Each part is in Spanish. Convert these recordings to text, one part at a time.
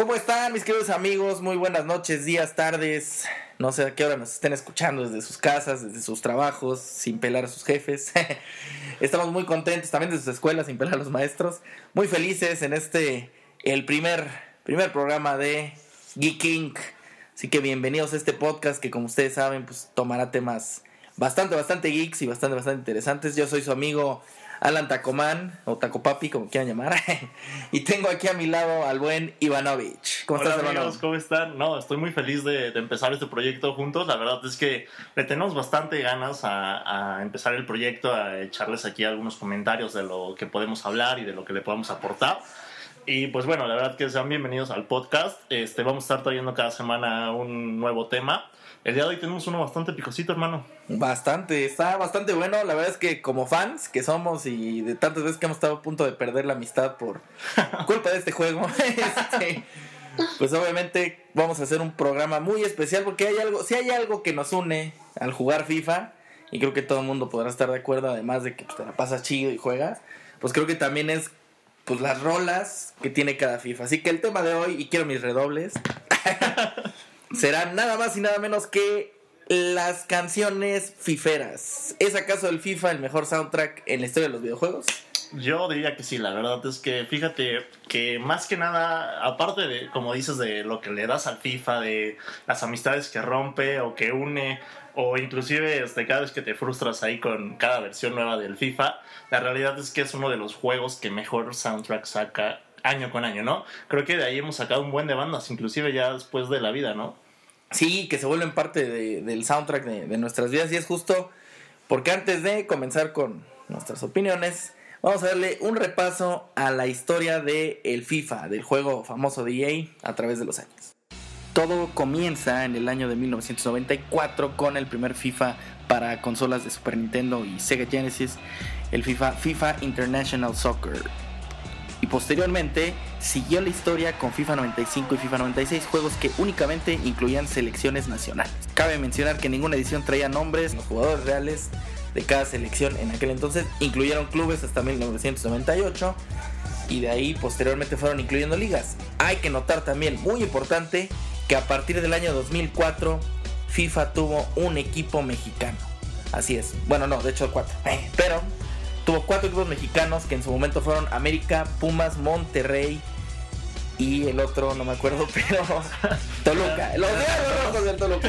¿Cómo están mis queridos amigos? Muy buenas noches, días, tardes. No sé a qué hora nos estén escuchando, desde sus casas, desde sus trabajos, sin pelar a sus jefes. Estamos muy contentos también desde sus escuelas, sin pelar a los maestros. Muy felices en el primer programa de Geek Inc. Así que bienvenidos a este podcast que, como ustedes saben, pues tomará temas bastante geeks y bastante interesantes. Yo soy su amigo Alan Tacoman, o Tacopapi, como quieran llamar. Y tengo aquí a mi lado al buen Ivanovich. ¿Cómo estás, hermano? Amigos, ¿cómo están? No, estoy muy feliz de empezar este proyecto juntos. La verdad es que le tenemos bastante ganas a empezar el proyecto, a echarles aquí algunos comentarios de lo que podemos hablar y de lo que le podemos aportar. Y pues bueno, la verdad que sean bienvenidos al podcast. Vamos a estar trayendo cada semana un nuevo tema. El día de hoy tenemos uno bastante picosito, hermano. Está bastante bueno. La verdad es que como fans que somos y de tantas veces que hemos estado a punto de perder la amistad por culpa de este juego, pues obviamente vamos a hacer un programa muy especial porque si hay algo que nos une al jugar FIFA, y creo que todo el mundo podrá estar de acuerdo, además de que pues, te la pasas chido y juegas, pues creo que también es pues las rolas que tiene cada FIFA. Así que el tema de hoy, y quiero mis redobles, será nada más y nada menos que las canciones fiferas. ¿Es acaso el FIFA el mejor soundtrack en la historia de los videojuegos? Yo diría que sí, la verdad es que fíjate que más que nada, aparte de, como dices, de lo que le das al FIFA, de las amistades que rompe o que une, o inclusive cada vez que te frustras ahí con cada versión nueva del FIFA, la realidad es que es uno de los juegos que mejor soundtrack saca año con año, ¿no? Creo que de ahí hemos sacado un buen de bandas, inclusive ya después de la vida, ¿no? Sí, que se vuelven parte del soundtrack de nuestras vidas, y es justo porque antes de comenzar con nuestras opiniones, vamos a darle un repaso a la historia del FIFA, del juego famoso de EA a través de los años. Todo comienza en el año de 1994 con el primer FIFA para consolas de Super Nintendo y Sega Genesis, el FIFA International Soccer. Y posteriormente siguió la historia con FIFA 95 y FIFA 96, juegos que únicamente incluían selecciones nacionales. Cabe mencionar que ninguna edición traía nombres, los jugadores reales de cada selección en aquel entonces incluyeron clubes hasta 1998, y de ahí posteriormente fueron incluyendo ligas. Hay que notar también, muy importante, que a partir del año 2004 FIFA tuvo un equipo mexicano. Así es, bueno no, de hecho 4, pero tuvo 4 equipos mexicanos que en su momento fueron América, Pumas, Monterrey y el otro no me acuerdo, pero Toluca, los Diablos Rojos del Toluca.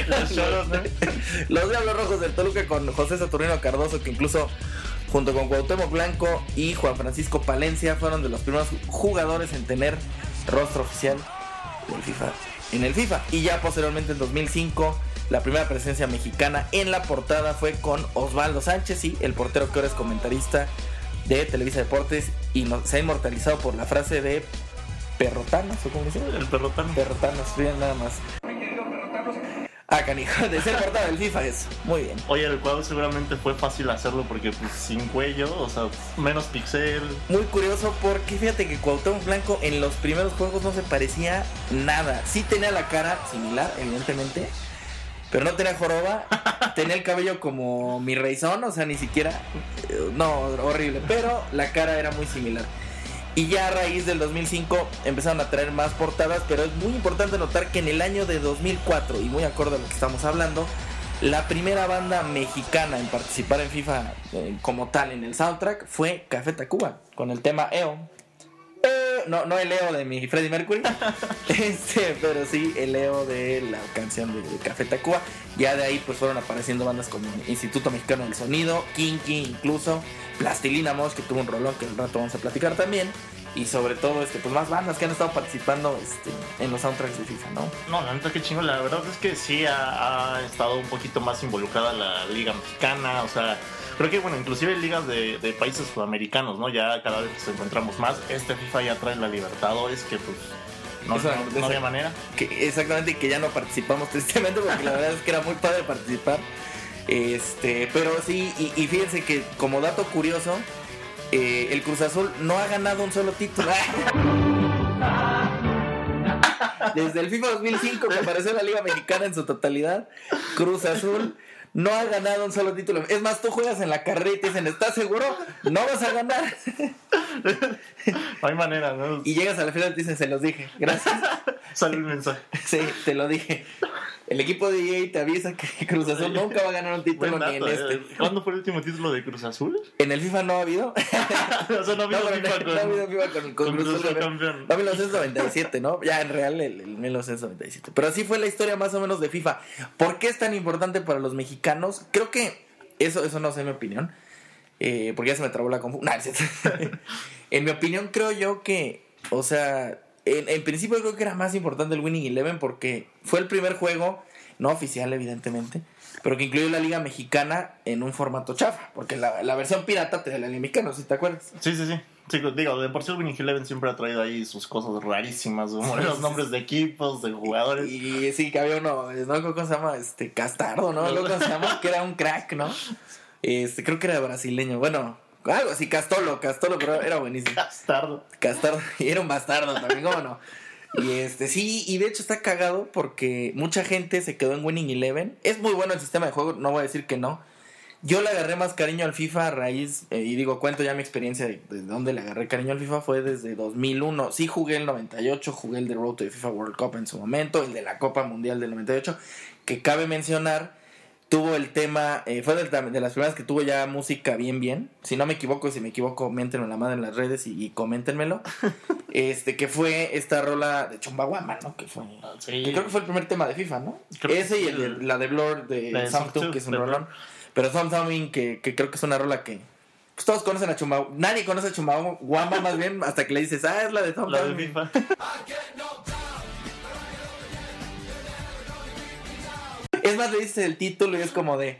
Los Diablos Rojos del Toluca con José Saturnino Cardoso, que incluso junto con Cuauhtémoc Blanco y Juan Francisco Palencia fueron de los primeros jugadores en tener rostro oficial del FIFA, en el FIFA. Y ya posteriormente en 2005 la primera presencia mexicana en la portada fue con Osvaldo Sánchez, sí, el portero que ahora es comentarista de Televisa Deportes y se ha inmortalizado por la frase de Perrotanos, ¿o cómo dice? El Perrotanos. Perrotanos, bien, nada más. Canijo, de ser portada del FIFA eso. Muy bien. Oye, el cuadro seguramente fue fácil hacerlo porque pues sin cuello, o sea, menos pixel. Muy curioso porque fíjate que Cuauhtémoc Blanco en los primeros juegos no se parecía nada. Sí tenía la cara similar, evidentemente, pero no tenía joroba, tenía el cabello como mi Reyzón, o sea, ni siquiera, no, horrible, pero la cara era muy similar. Y ya a raíz del 2005 empezaron a traer más portadas, pero es muy importante notar que en el año de 2004, y muy acorde a lo que estamos hablando, la primera banda mexicana en participar en FIFA como tal en el soundtrack fue Café Tacuba, con el tema EO. No el EO de mi Freddie Mercury, pero sí el EO de la canción de Café Tacuba. Ya de ahí pues fueron apareciendo bandas como Instituto Mexicano del Sonido, Kinky, incluso Plastilina Mosh, que tuvo un rolón que al rato vamos a platicar también. Y sobre todo pues más bandas que han estado participando en los soundtracks de FIFA, ¿no? No, la neta, qué chingo. La verdad es que sí ha estado un poquito más involucrada la Liga Mexicana. O sea, creo que, bueno, inclusive ligas de países sudamericanos, ¿no? Ya cada vez nos encontramos más. FIFA ya trae la Libertadores, que pues no había manera. Exactamente, que ya no participamos tristemente, porque la verdad es que era muy padre participar. Pero sí, y fíjense que como dato curioso, el Cruz Azul no ha ganado un solo título. Desde el FIFA 2005 que apareció en la Liga Mexicana en su totalidad, Cruz Azul no ha ganado un solo título. Es más, tú juegas en la carrera y te dicen, ¿estás seguro? No vas a ganar. No hay manera, ¿no? Y llegas a la final y te dicen, se los dije, gracias. Sale el mensaje. Sí, te lo dije. El equipo de EA te avisa que Cruz Azul nunca va a ganar un título Buen ni dato, en este. ¿Cuándo fue el último título de Cruz Azul? ¿En el FIFA no ha habido? O sea, no ha habido FIFA no ha habido FIFA con Cruz Azul campeón. No, 1997, ¿no? Ya en real el 1997. Pero así fue la historia más o menos de FIFA. ¿Por qué es tan importante para los mexicanos? Creo que eso no sé mi opinión. Porque ya se me trabó la confu. Nah, en mi opinión creo yo que, o sea, en principio creo que era más importante el Winning Eleven porque fue el primer juego, no oficial evidentemente, pero que incluyó la Liga Mexicana en un formato chafa, porque la versión pirata te da la Liga Mexicana, ¿sí te acuerdas? Sí. Sí, digo, de por sí el Winning Eleven siempre ha traído ahí sus cosas rarísimas, como los nombres de equipos, de jugadores. Y sí, que había uno, ¿no? ¿Cómo se llama? Castardo, ¿no? ¿Cómo se llama? Que era un crack, ¿no? Creo que era brasileño, bueno, algo así, Castolo, pero era buenísimo. Castardo, y era un bastardo también, ¿cómo no? Y sí, y de hecho está cagado porque mucha gente se quedó en Winning Eleven. Es muy bueno el sistema de juego, no voy a decir que no. Yo le agarré más cariño al FIFA a raíz, y digo, cuento ya mi experiencia de dónde le agarré cariño al FIFA, fue desde 2001. Sí jugué el 98, jugué el de Road to the FIFA World Cup en su momento, el de la Copa Mundial del 98, que cabe mencionar, tuvo el tema, fue de las primeras que tuvo ya música bien. Si no me equivoco, si me equivoco, miéntenme la madre en las redes y coméntenmelo. Que fue esta rola de Chumbawamba, ¿no? Que fue, sí. que creo que fue el primer tema de FIFA, ¿no? Creo Ese y la de Blur de Something, que es un rolón. Pero Something que creo que es una rola que pues todos conocen a Chumbawamba. Nadie conoce a Chumbawamba más bien hasta que le dices, es la de Something. La de FIFA. Es más, le dices el título y es como de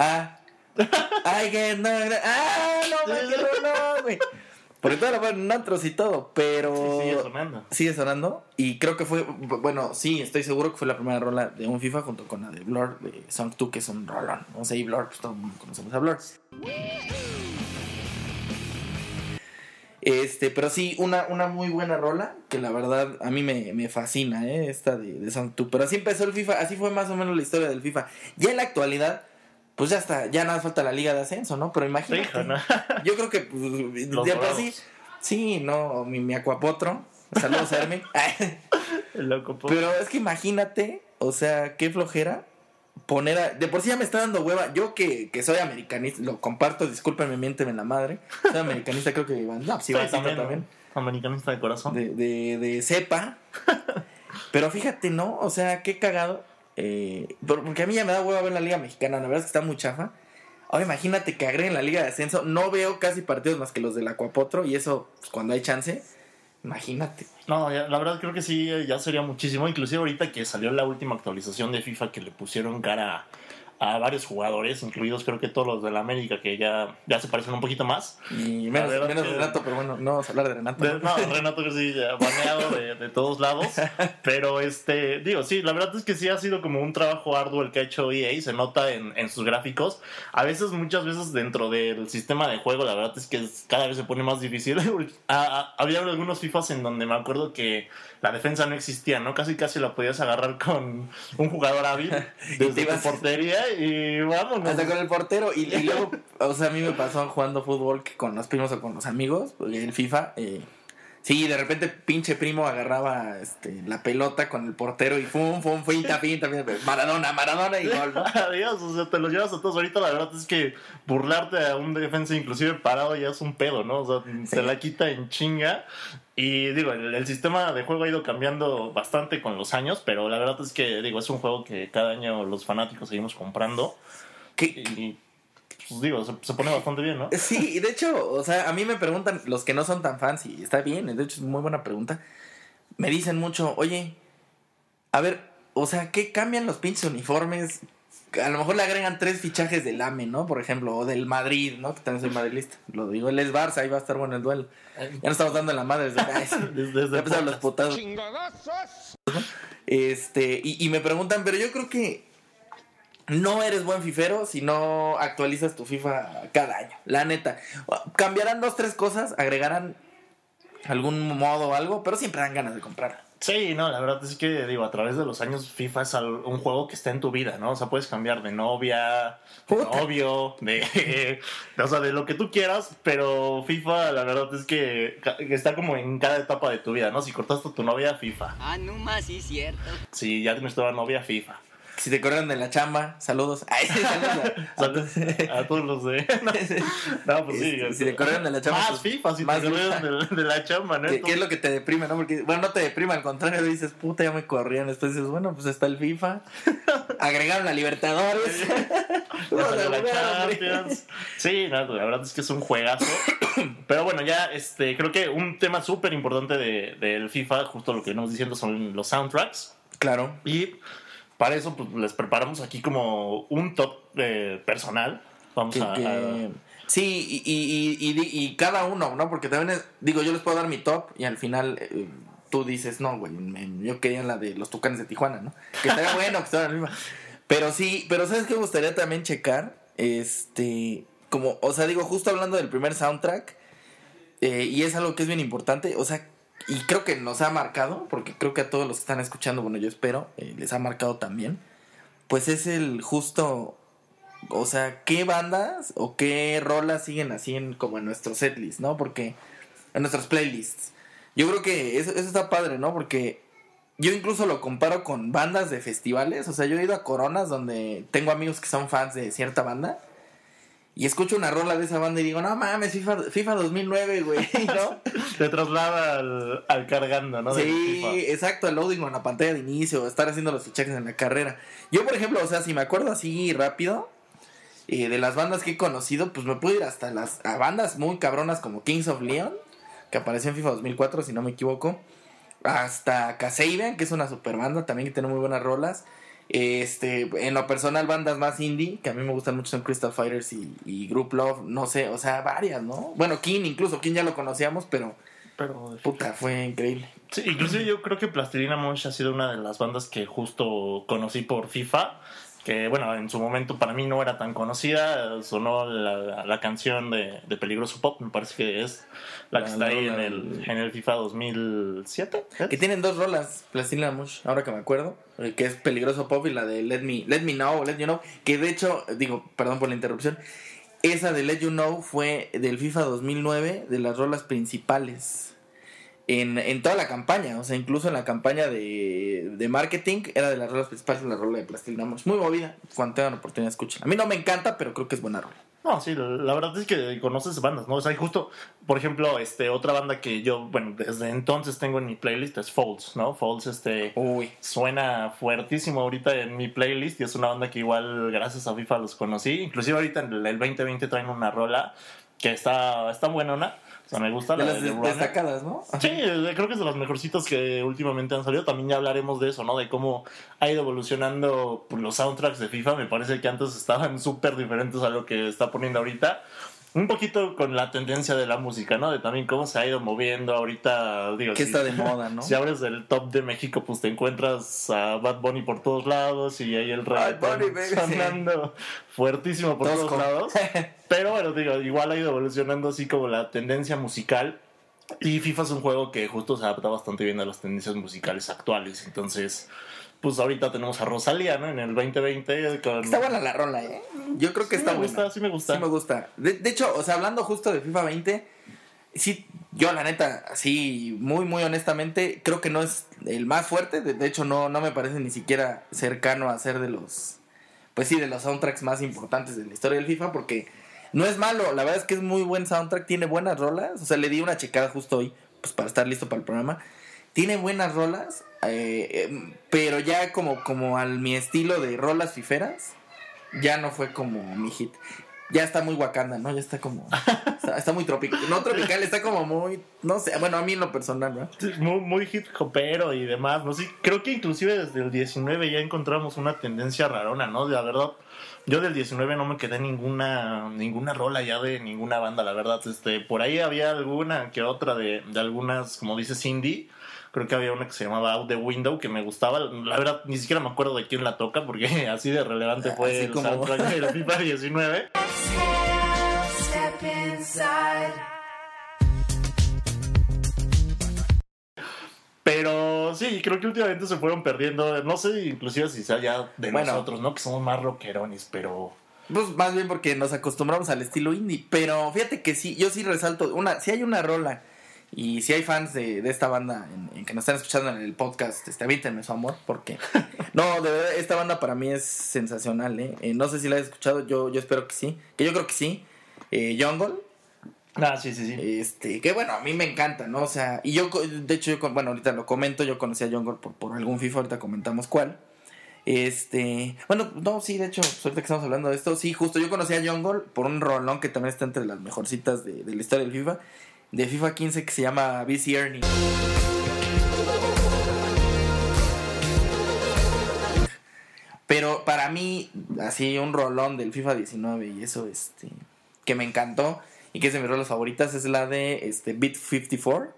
I get no, güey. Porque toda la ponen en antros y todo, pero sigue sonando. Y creo que fue, bueno, sí, estoy seguro que fue la primera rola de un FIFA junto con la de Blur, de Song 2, que es un rolón. No sé, y Blur, pues todo el mundo conocemos a Blur. Pero sí, una muy buena rola, que la verdad a mí me fascina, esta de Song 2. Pero así empezó el FIFA, así fue más o menos la historia del FIFA. Ya en la actualidad, pues ya está, ya nada falta la Liga de Ascenso, ¿no? Pero imagínate, Hijo, ¿no? yo creo que de por sí, no, mi Acuapotro, saludos a Hermi. El loco, pero es que imagínate, o sea, qué flojera de por sí ya me está dando hueva. Yo que soy americanista, lo comparto, discúlpenme, miénteme la madre. Soy americanista, creo que Iván. No, sí, también. Americanista de corazón. De cepa. Pero fíjate, ¿no? O sea, qué cagado. Porque a mí ya me da hueva ver la Liga Mexicana. La verdad es que está muy chafa. Ahora imagínate que agreguen la Liga de Ascenso. No veo casi partidos más que los del Acuapotro. Y eso, pues, cuando hay chance, imagínate. No, la verdad creo que sí, ya sería muchísimo. Inclusive ahorita que salió la última actualización de FIFA, que le pusieron cara a varios jugadores, incluidos creo que todos los de la América, que ya se parecen un poquito más. Y menos Renato, pero bueno, no vamos a hablar de Renato. No, Renato que sí, baneado de todos lados. Pero digo, sí, la verdad es que sí ha sido como un trabajo arduo el que ha hecho EA, se nota en sus gráficos. A veces, muchas veces dentro del sistema de juego, la verdad es que cada vez se pone más difícil. Había algunos FIFAs en donde me acuerdo que la defensa no existía, ¿no? Casi la podías agarrar con un jugador hábil desde tu portería y vámonos. Hasta con el portero. Y luego, o sea, a mí me pasó jugando fútbol que con los primos o con los amigos, el FIFA. Sí, de repente pinche primo agarraba la pelota con el portero y finta, Maradona y gol, ¿no? Adiós, o sea, te lo llevas a todos. Ahorita la verdad es que burlarte a un defensa inclusive parado ya es un pedo, ¿no? O sea, se la quita en chinga. Y digo, el sistema de juego ha ido cambiando bastante con los años, pero la verdad es que, digo, es un juego que cada año los fanáticos seguimos comprando. Y pues digo, se pone bastante bien, ¿no? Sí, y de hecho, o sea, a mí me preguntan, los que no son tan fans, y está bien, de hecho es muy buena pregunta, me dicen mucho, oye, a ver, o sea, ¿qué cambian los pinches uniformes? A lo mejor le agregan 3 fichajes del AME, ¿no? Por ejemplo, o del Madrid, ¿no? Que también soy madrilista. Lo digo, él es Barça, ahí va a estar bueno el duelo. Ya no estamos dando en la madre desde ya empezaron los putados. Y me preguntan, pero yo creo que no eres buen fifero si no actualizas tu FIFA cada año. La neta. Cambiarán 2-3 cosas, agregarán algún modo o algo, pero siempre dan ganas de comprarla. Sí, no, la verdad es que, digo, a través de los años FIFA es un juego que está en tu vida, ¿no? O sea, puedes cambiar de novia, de novio, o sea, de lo que tú quieras, pero FIFA, la verdad es que está como en cada etapa de tu vida, ¿no? Si cortaste a tu novia, FIFA. Ah, no más, sí, cierto. Si ya tienes toda novia, FIFA. Si te corren de la chamba, saludos. Ay, sí, saludos a todos los de... No, pues sí. Si te corren de la chamba. Más pues, FIFA, si más te corren de la chamba, ¿no? ¿Qué es lo que te deprime, no? Porque, bueno, no te deprime, al contrario, dices, puta, ya me corrían. Después dices, bueno, pues está el FIFA. Agregaron la Libertadores. la Champions. Sí, no, la verdad es que es un juegazo. Pero bueno, ya creo que un tema súper importante del FIFA, justo lo que venimos diciendo, son los soundtracks. Claro. Y para eso pues, les preparamos aquí como un top personal. Vamos a... Sí, y cada uno, ¿no? Porque también digo, yo les puedo dar mi top y al final tú dices, no, güey, yo quería la de los Tucanes de Tijuana, ¿no? Que estaría bueno, que estaría la misma. Pero sí, pero ¿sabes qué me gustaría también checar? Como, o sea, digo, justo hablando del primer soundtrack, y es algo que es bien importante, o sea, y creo que nos ha marcado, porque creo que a todos los que están escuchando, bueno, yo espero, les ha marcado también, pues es el justo, o sea, qué bandas o qué rolas siguen así como en nuestro setlist, ¿no? Porque en nuestros playlists. Yo creo que eso está padre, ¿no? Porque yo incluso lo comparo con bandas de festivales, o sea, yo he ido a Coronas donde tengo amigos que son fans de cierta banda. Y escucho una rola de esa banda y digo, no mames, FIFA 2009, güey, ¿no? Te traslada al cargando, ¿no? Sí, exacto, al loading o en la pantalla de inicio, estar haciendo los fichajes en la carrera. Yo, por ejemplo, o sea, si me acuerdo así rápido, de las bandas que he conocido, pues me puedo ir hasta a bandas muy cabronas como Kings of Leon, que apareció en FIFA 2004, si no me equivoco. Hasta Kasabian, que es una super banda también que tiene muy buenas rolas. En lo personal, bandas más indie que a mí me gustan mucho son Crystal Fighters y Group Love, no sé, o sea, varias, ¿no? Bueno, King ya lo conocíamos, pero puta, fue increíble. Sí, inclusive yo creo que Plastilina Mosh ha sido una de las bandas que justo conocí por FIFA, que bueno, en su momento para mí no era tan conocida. Sonó la canción de Peligroso Pop, me parece que es la que está ahí en el FIFA 2007. ¿es? Que tienen dos rolas, Plastilina Mosh, ahora que me acuerdo, que es Peligroso Pop y la de Let Me Know, Let You Know, que de hecho, digo, perdón por la interrupción, esa de Let You Know fue del FIFA 2009, de las rolas principales en toda la campaña, o sea, incluso en la campaña de marketing era de las rolas principales, la rola de Plastilina Mosh, muy movida. Cuando tengan la oportunidad, escuchen. A mí no me encanta, pero creo que es buena rola. No, sí, la verdad es que conoces bandas, ¿no? O sea, justo, por ejemplo, otra banda que yo, bueno, desde entonces tengo en mi playlist es Folds, ¿no? Folds, suena fuertísimo ahorita en mi playlist y es una banda que igual gracias a FIFA los conocí. Inclusive ahorita en el 2020 traen una rola que está buenona. O sea, me gusta de las destacadas, ¿no? Sí, creo que es de las mejorcitas que últimamente han salido. También ya hablaremos de eso, ¿no? De cómo ha ido evolucionando pues, los soundtracks de FIFA. Me parece que antes estaban súper diferentes a lo que está poniendo ahorita. Un poquito con la tendencia de la música, ¿no? De también cómo se ha ido moviendo ahorita. Digo, que está de moda, ¿no? Si abres el top de México, pues te encuentras a Bad Bunny por todos lados y ahí el reggaetón sonando fuertísimo por todos lados. Pero bueno, digo, igual ha ido evolucionando así como la tendencia musical. Y FIFA es un juego que justo se adapta bastante bien a las tendencias musicales actuales. Entonces, pues ahorita tenemos a Rosalía, ¿no? En el 2020. Está buena la rola, ¿eh? Yo creo que está buena. Sí me gusta. Sí me gusta. De hecho, o sea, hablando justo de FIFA 20, sí, yo la neta, así, muy, muy honestamente, creo que no es el más fuerte. De hecho, no me parece ni siquiera cercano a ser de los, pues sí, de los soundtracks más importantes de la historia del FIFA, porque no es malo. La verdad es que es muy buen soundtrack, tiene buenas rolas. O sea, le di una checada justo hoy, pues para estar listo para el programa. Tiene buenas rolas, pero ya como al mi estilo de rolas fiferas, ya no fue como mi hit. Ya está muy Wakanda, ¿no? Ya está como... Está muy tropical. No tropical, está como muy... No sé, bueno, a mí en lo personal, ¿no? Sí, muy hip hopero y demás, ¿no? Sí, creo que inclusive desde el 19 ya encontramos una tendencia rarona, ¿no? La verdad, yo del 19 no me quedé ninguna rola ya de ninguna banda, la verdad. Por ahí había alguna que otra de algunas, como dices, indie. Creo que había una que se llamaba Out the Window que me gustaba. La verdad, ni siquiera me acuerdo de quién la toca porque así de relevante fue el soundtrack de la FIFA 19. Pero sí, creo que últimamente se fueron perdiendo. No sé, inclusive si sea ya de nosotros, ¿no? Que somos más rockerones, pero... Pues más bien porque nos acostumbramos al estilo indie. Pero fíjate que sí, yo sí resalto. Si hay una rola y si hay fans de esta banda en que nos están escuchando en el podcast, avítenme su amor, porque... No, de verdad, esta banda para mí es sensacional, ¿eh? No sé si la has escuchado, yo espero que sí. Que yo creo que sí. Jungle. Ah, sí. Que bueno, a mí me encanta, ¿no? O sea, y yo, de hecho, bueno, ahorita lo comento, yo conocí a Jungle por algún FIFA, ahorita comentamos cuál. Bueno, no, sí, de hecho, ahorita que estamos hablando de esto, sí, justo yo conocí a Jungle por un rolón que también está entre las mejorcitas de la historia del FIFA, de FIFA 15, que se llama BC Ernie. Pero para mí, así un rolón del FIFA 19 y eso, que me encantó y que es de mis rolas favoritas, es la de Beat 54.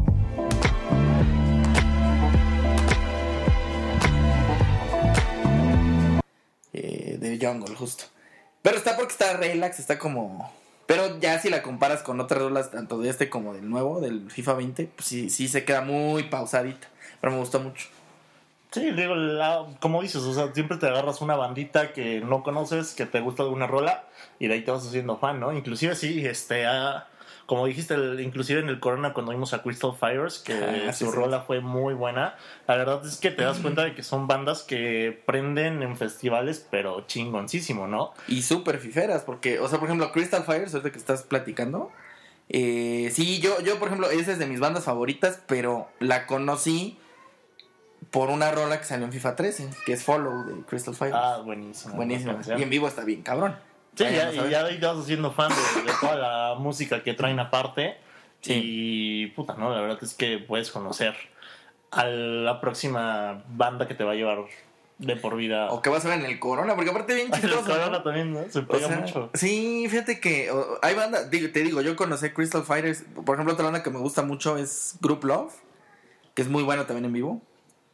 De Jungle, justo. Pero está porque está relax, está como... Pero ya si la comparas con otras rolas, tanto de como del nuevo, del FIFA 20, pues sí se queda muy pausadita. Pero me gustó mucho. Sí, digo, como dices, o sea, siempre te agarras una bandita que no conoces, que te gusta alguna rola, y de ahí te vas haciendo fan, ¿no? Inclusive sí, como dijiste, inclusive en el Corona cuando vimos a Crystal Fighters, que su rola fue muy buena, la verdad es que te das cuenta de que son bandas que prenden en festivales, pero chingoncísimo, ¿no? Y súper fiferas, porque, o sea, por ejemplo, Crystal Fighters, ahorita que estás platicando, sí, yo, por ejemplo, esa es de mis bandas favoritas, pero la conocí por una rola que salió en FIFA 13, que es Follow de Crystal Fighters. Ah, buenísimo. Buenísimo. Y en vivo está bien cabrón. Sí, ya ahí te vas haciendo fan de toda la música que traen aparte. Sí. Y puta, ¿no? La verdad es que puedes conocer a la próxima banda que te va a llevar de por vida. O que vas a ver en el Corona, porque aparte bien chistoso. El Corona, ¿no? También, ¿no? Se pega mucho. Sí, fíjate que hay bandas, te digo, yo conocí Crystal Fighters. Por ejemplo, otra banda que me gusta mucho es Group Love, que es muy buena también en vivo.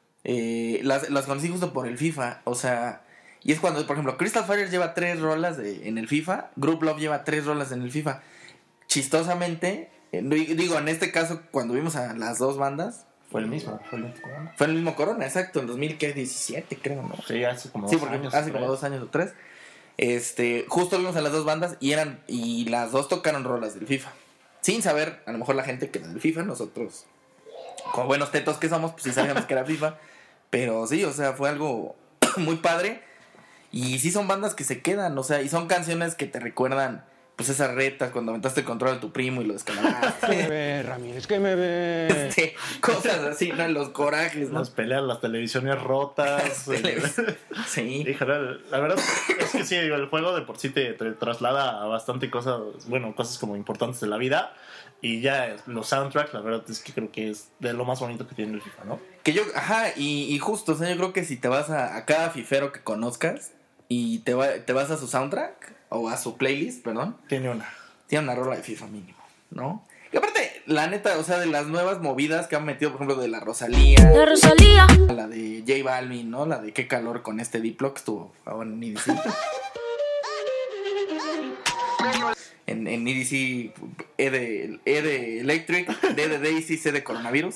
Las conocí justo por el FIFA, o sea, y es cuando, por ejemplo, Crystal Fighters lleva 3 rolas en el FIFA, Group Love lleva 3 rolas en el FIFA. Chistosamente, digo, en este caso, cuando vimos a las dos bandas, fue el mismo Corona. Fue el mismo Corona, exacto, en 2017 creo, ¿no? Sí, hace como 2 años. Hace como 2 años o 3. Justo vimos a las dos bandas y las dos tocaron rolas del FIFA. Sin saber, a lo mejor la gente que era del FIFA, nosotros, como buenos tetos que somos, pues sí sabíamos que era FIFA. Pero sí, o sea, fue algo muy padre. Y sí son bandas que se quedan, o sea, y son canciones que te recuerdan, pues esas retas cuando aventaste el control a tu primo y lo descalabraste. ¿Qué me ves, Ramírez? ¿Qué me ves? Cosas así, ¿no? Los corajes, ¿no? Las peleas, las televisiones rotas. Sí. Híjole, la verdad es que sí, el juego de por sí te traslada a bastante cosas, bueno, cosas como importantes de la vida. Y ya los soundtracks, la verdad es que creo que es de lo más bonito que tiene el FIFA, ¿no? Y justo, o sea, yo creo que si te vas a cada fifero que conozcas y te vas a su soundtrack, o a su playlist, perdón. Tiene una rola de FIFA mínimo, ¿no? Y aparte, la neta, o sea, de las nuevas movidas que han metido, por ejemplo, de la Rosalía. La de J Balvin, ¿no? La de Qué calor con este Diplo, que estuvo ahora en EDC. En EDC, E de Electric, D de Daisy, C de Coronavirus.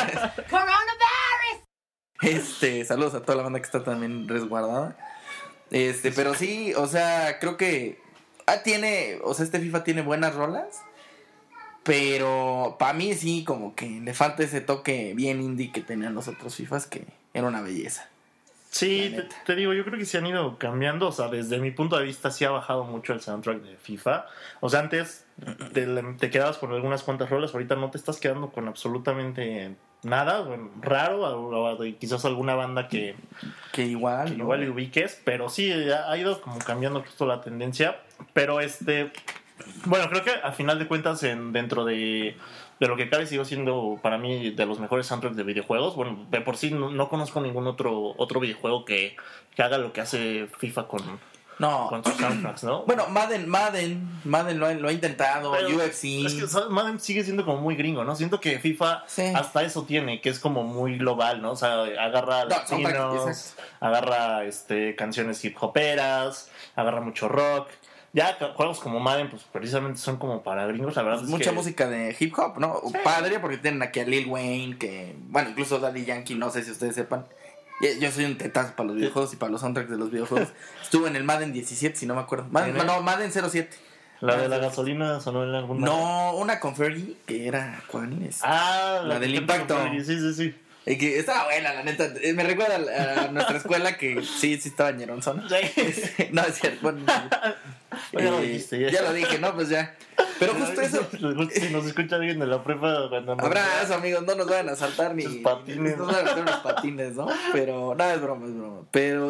Saludos a toda la banda que está también resguardada. Pero sí, o sea, creo que este FIFA tiene buenas rolas, pero para mí sí, como que le falta ese toque bien indie que tenían los otros FIFAs, que era una belleza. Sí, te digo, yo creo que sí han ido cambiando, o sea, desde mi punto de vista sí ha bajado mucho el soundtrack de FIFA. O sea, antes te quedabas con algunas cuantas rolas, ahorita no te estás quedando con absolutamente nada, bueno, raro, o quizás alguna banda que igual le ubiques, pero sí, ha ido como cambiando justo la tendencia, pero bueno, creo que a final de cuentas dentro de lo que cabe sigo siendo para mí de los mejores soundtracks de videojuegos. Bueno, de por sí no conozco ningún otro videojuego que haga lo que hace FIFA con sus soundtracks, ¿no? Bueno, Madden lo ha intentado, pero UFC. Es que ¿sabes? Madden sigue siendo como muy gringo, ¿no? Siento que FIFA hasta eso tiene, que es como muy global, ¿no? O sea, agarra latinos, agarra canciones hip hoperas, agarra mucho rock. Ya juegos como Madden, pues precisamente son como para gringos, la verdad. Pues es mucha que... música de hip hop, ¿no? Sí. Padre, porque tienen aquí a Lil Wayne, que, bueno, incluso Daddy Yankee, no sé si ustedes sepan. Yo soy un tetazo para los videojuegos y para los soundtracks de los videojuegos. Estuve en el Madden 17, si no me acuerdo. Madden 07. La de la gasolina sonó en algún... No, una con Fergie, que era, ¿cuál es? La del que impacto. Sí. Y que estaba buena, la neta. Me recuerda a nuestra escuela que sí estaba ñeronzona. Sí. No, es cierto. Bueno, Ya lo dijiste, ya lo dije, ¿no? Pues ya. Pero justo eso. Si nos escucha alguien de la prepa cuando nos... Abrazo, amigos, no nos vayan a saltar ni Sus patines. No nos vayan a meter unos patines, ¿no? Pero, no, es broma. Pero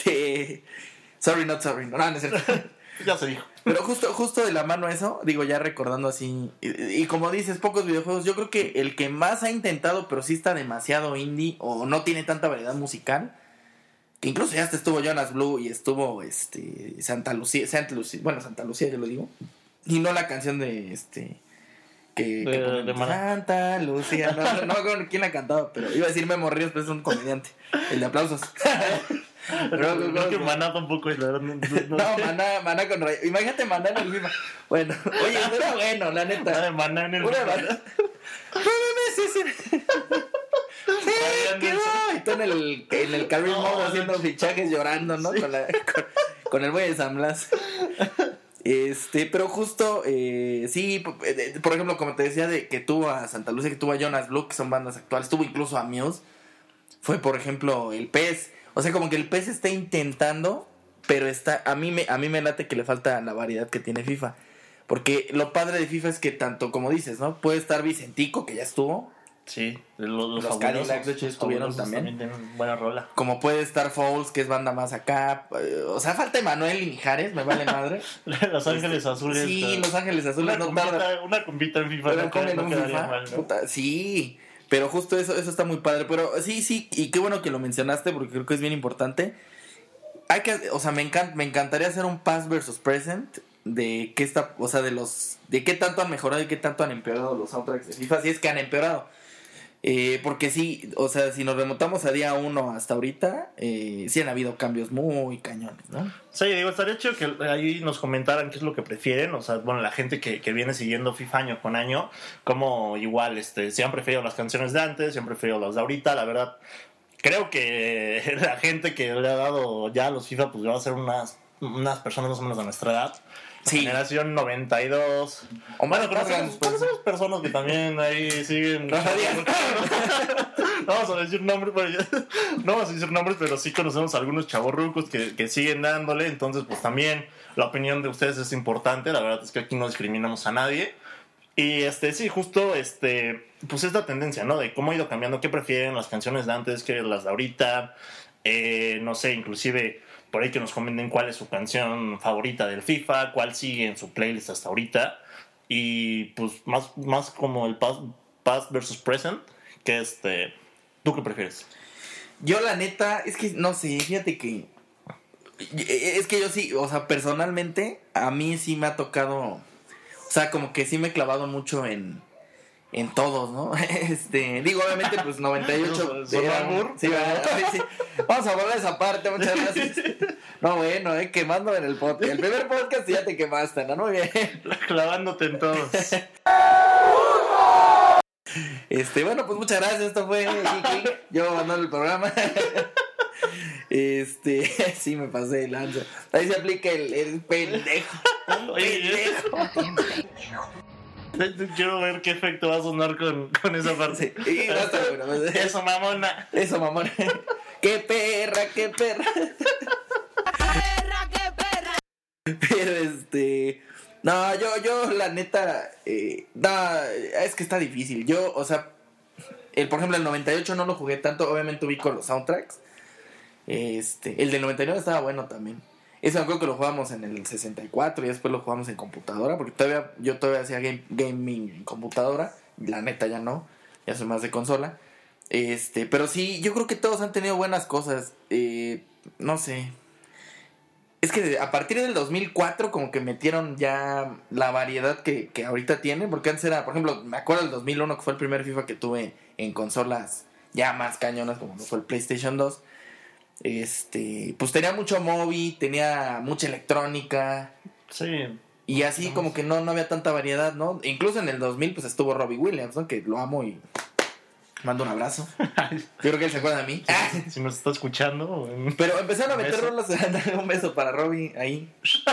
sorry, not sorry. No, no es cierto. Ya se dijo. Pero justo de la mano eso, digo, ya recordando así, y como dices, pocos videojuegos, yo creo que el que más ha intentado, pero sí está demasiado indie, o no tiene tanta variedad musical, que incluso ya hasta estuvo Jonas Blue y estuvo Santa Lucía, yo lo digo, y no la canción de de Maná. Santa Lucía, no me acuerdo quién la cantaba, pero iba a decir Memo Ríos, pero es un comediante, el de aplausos. Creo que Maná tampoco es, la verdad. No, Maná con Rayo. Imagínate Maná en el FIFA. Bueno, oye, eso era bueno, la neta. Una de Maná en el Una de FIFA. Maná. Sí. ¿Qué va? Y tú en el career mode haciendo fichajes llorando, ¿no? Sí. Con el güey de San Blas. Pero justo, sí, por ejemplo, como te decía, de que tuvo a Santa Lucía, que tuvo a Jonas Blue, que son bandas actuales, tuvo incluso a Muse. Fue, por ejemplo, el PES. O sea, como que el PES está intentando, pero a mí me late que le falta la variedad que tiene FIFA. Porque lo padre de FIFA es que tanto, como dices, ¿no? Puede estar Vicentico, que ya estuvo. Sí, los Cadillacs, de hecho, estuvieron también. Tienen buena rola. Como puede estar Fouls, que es banda más acá. O sea, falta Emanuel y Mijares, me vale madre. Los Ángeles Azules. Sí, Los Ángeles Azules no tarda. Una compita en FIFA. Pero no ponen un quedaría FIFA. mal, ¿no? Puta, sí, pero justo eso está muy padre. Pero sí, y qué bueno que lo mencionaste porque creo que es bien importante. Me encantaría hacer un past versus present de qué está, o sea, de qué tanto han mejorado y qué tanto han empeorado los soundtracks de FIFA, si es que han empeorado. Porque sí, o sea, si nos remontamos a día 1 hasta ahorita, sí han habido cambios muy cañones, ¿no? Sí, digo, estaría chido que ahí nos comentaran qué es lo que prefieren. O sea, bueno, la gente que viene siguiendo FIFA año con año, como igual, si han preferido las canciones de antes, si han preferido las de ahorita, la verdad. Creo que la gente que le ha dado ya a los FIFA, pues va a ser unas personas más o menos de nuestra edad. Sí. Generación 92. O más conocemos personas que también ahí siguen. No vamos a decir nombres, pero sí conocemos a algunos chavorrucos que siguen dándole. Entonces, pues también la opinión de ustedes es importante. La verdad es que aquí no discriminamos a nadie. Y sí, justo pues esta tendencia, ¿no? De cómo ha ido cambiando, qué prefieren las canciones de antes que las de ahorita. No sé, inclusive por ahí que nos comenten cuál es su canción favorita del FIFA, cuál sigue en su playlist hasta ahorita. Y pues más como el past versus present, que ¿tú qué prefieres? Yo la neta, es que no sé, fíjate que es que yo sí, o sea, personalmente a mí sí me ha tocado, o sea, como que sí me he clavado mucho en todos, ¿no? Digo, obviamente, pues 98. ¿Son albur? Sí, sí. Vamos a borrar esa parte, muchas gracias. No, bueno, quemando en el podcast. El primer podcast ya te quemaste, ¿no? Muy bien. Clavándote en todos. Bueno, pues muchas gracias. Esto fue Geeking. Yo abandonando el programa. Sí me pasé de lanza. Ahí se aplica el pendejo. Quiero ver qué efecto va a sonar con esa parte. Sí, Eso, mamona. Eso, mamona. ¡Qué perra, qué perra! ¡Qué perra! Pero no, yo la neta, no, es que está difícil. Yo, o sea, por ejemplo, el 98 no lo jugué tanto, obviamente ubico los soundtracks. El del 99 estaba bueno también. Eso me acuerdo que lo jugamos en el 64 y después lo jugamos en computadora, porque yo todavía hacía gaming en computadora, la neta ya no, ya soy más de consola. Pero sí, yo creo que todos han tenido buenas cosas. No sé. Es que a partir del 2004 como que metieron ya la variedad que ahorita tienen, porque antes era, por ejemplo, me acuerdo del 2001 que fue el primer FIFA que tuve en consolas ya más cañonas como fue el PlayStation 2. Pues tenía mucho móvil, tenía mucha electrónica, Sí. Y así como que no había tanta variedad, ¿no? Incluso en el 2000 pues estuvo Robbie Williams, ¿no? Que lo amo y mando un abrazo. Yo creo que él se acuerda de mí. Si nos está escuchando. Pero empezaron a meter beso. rolas. Dale un beso para Robbie ahí.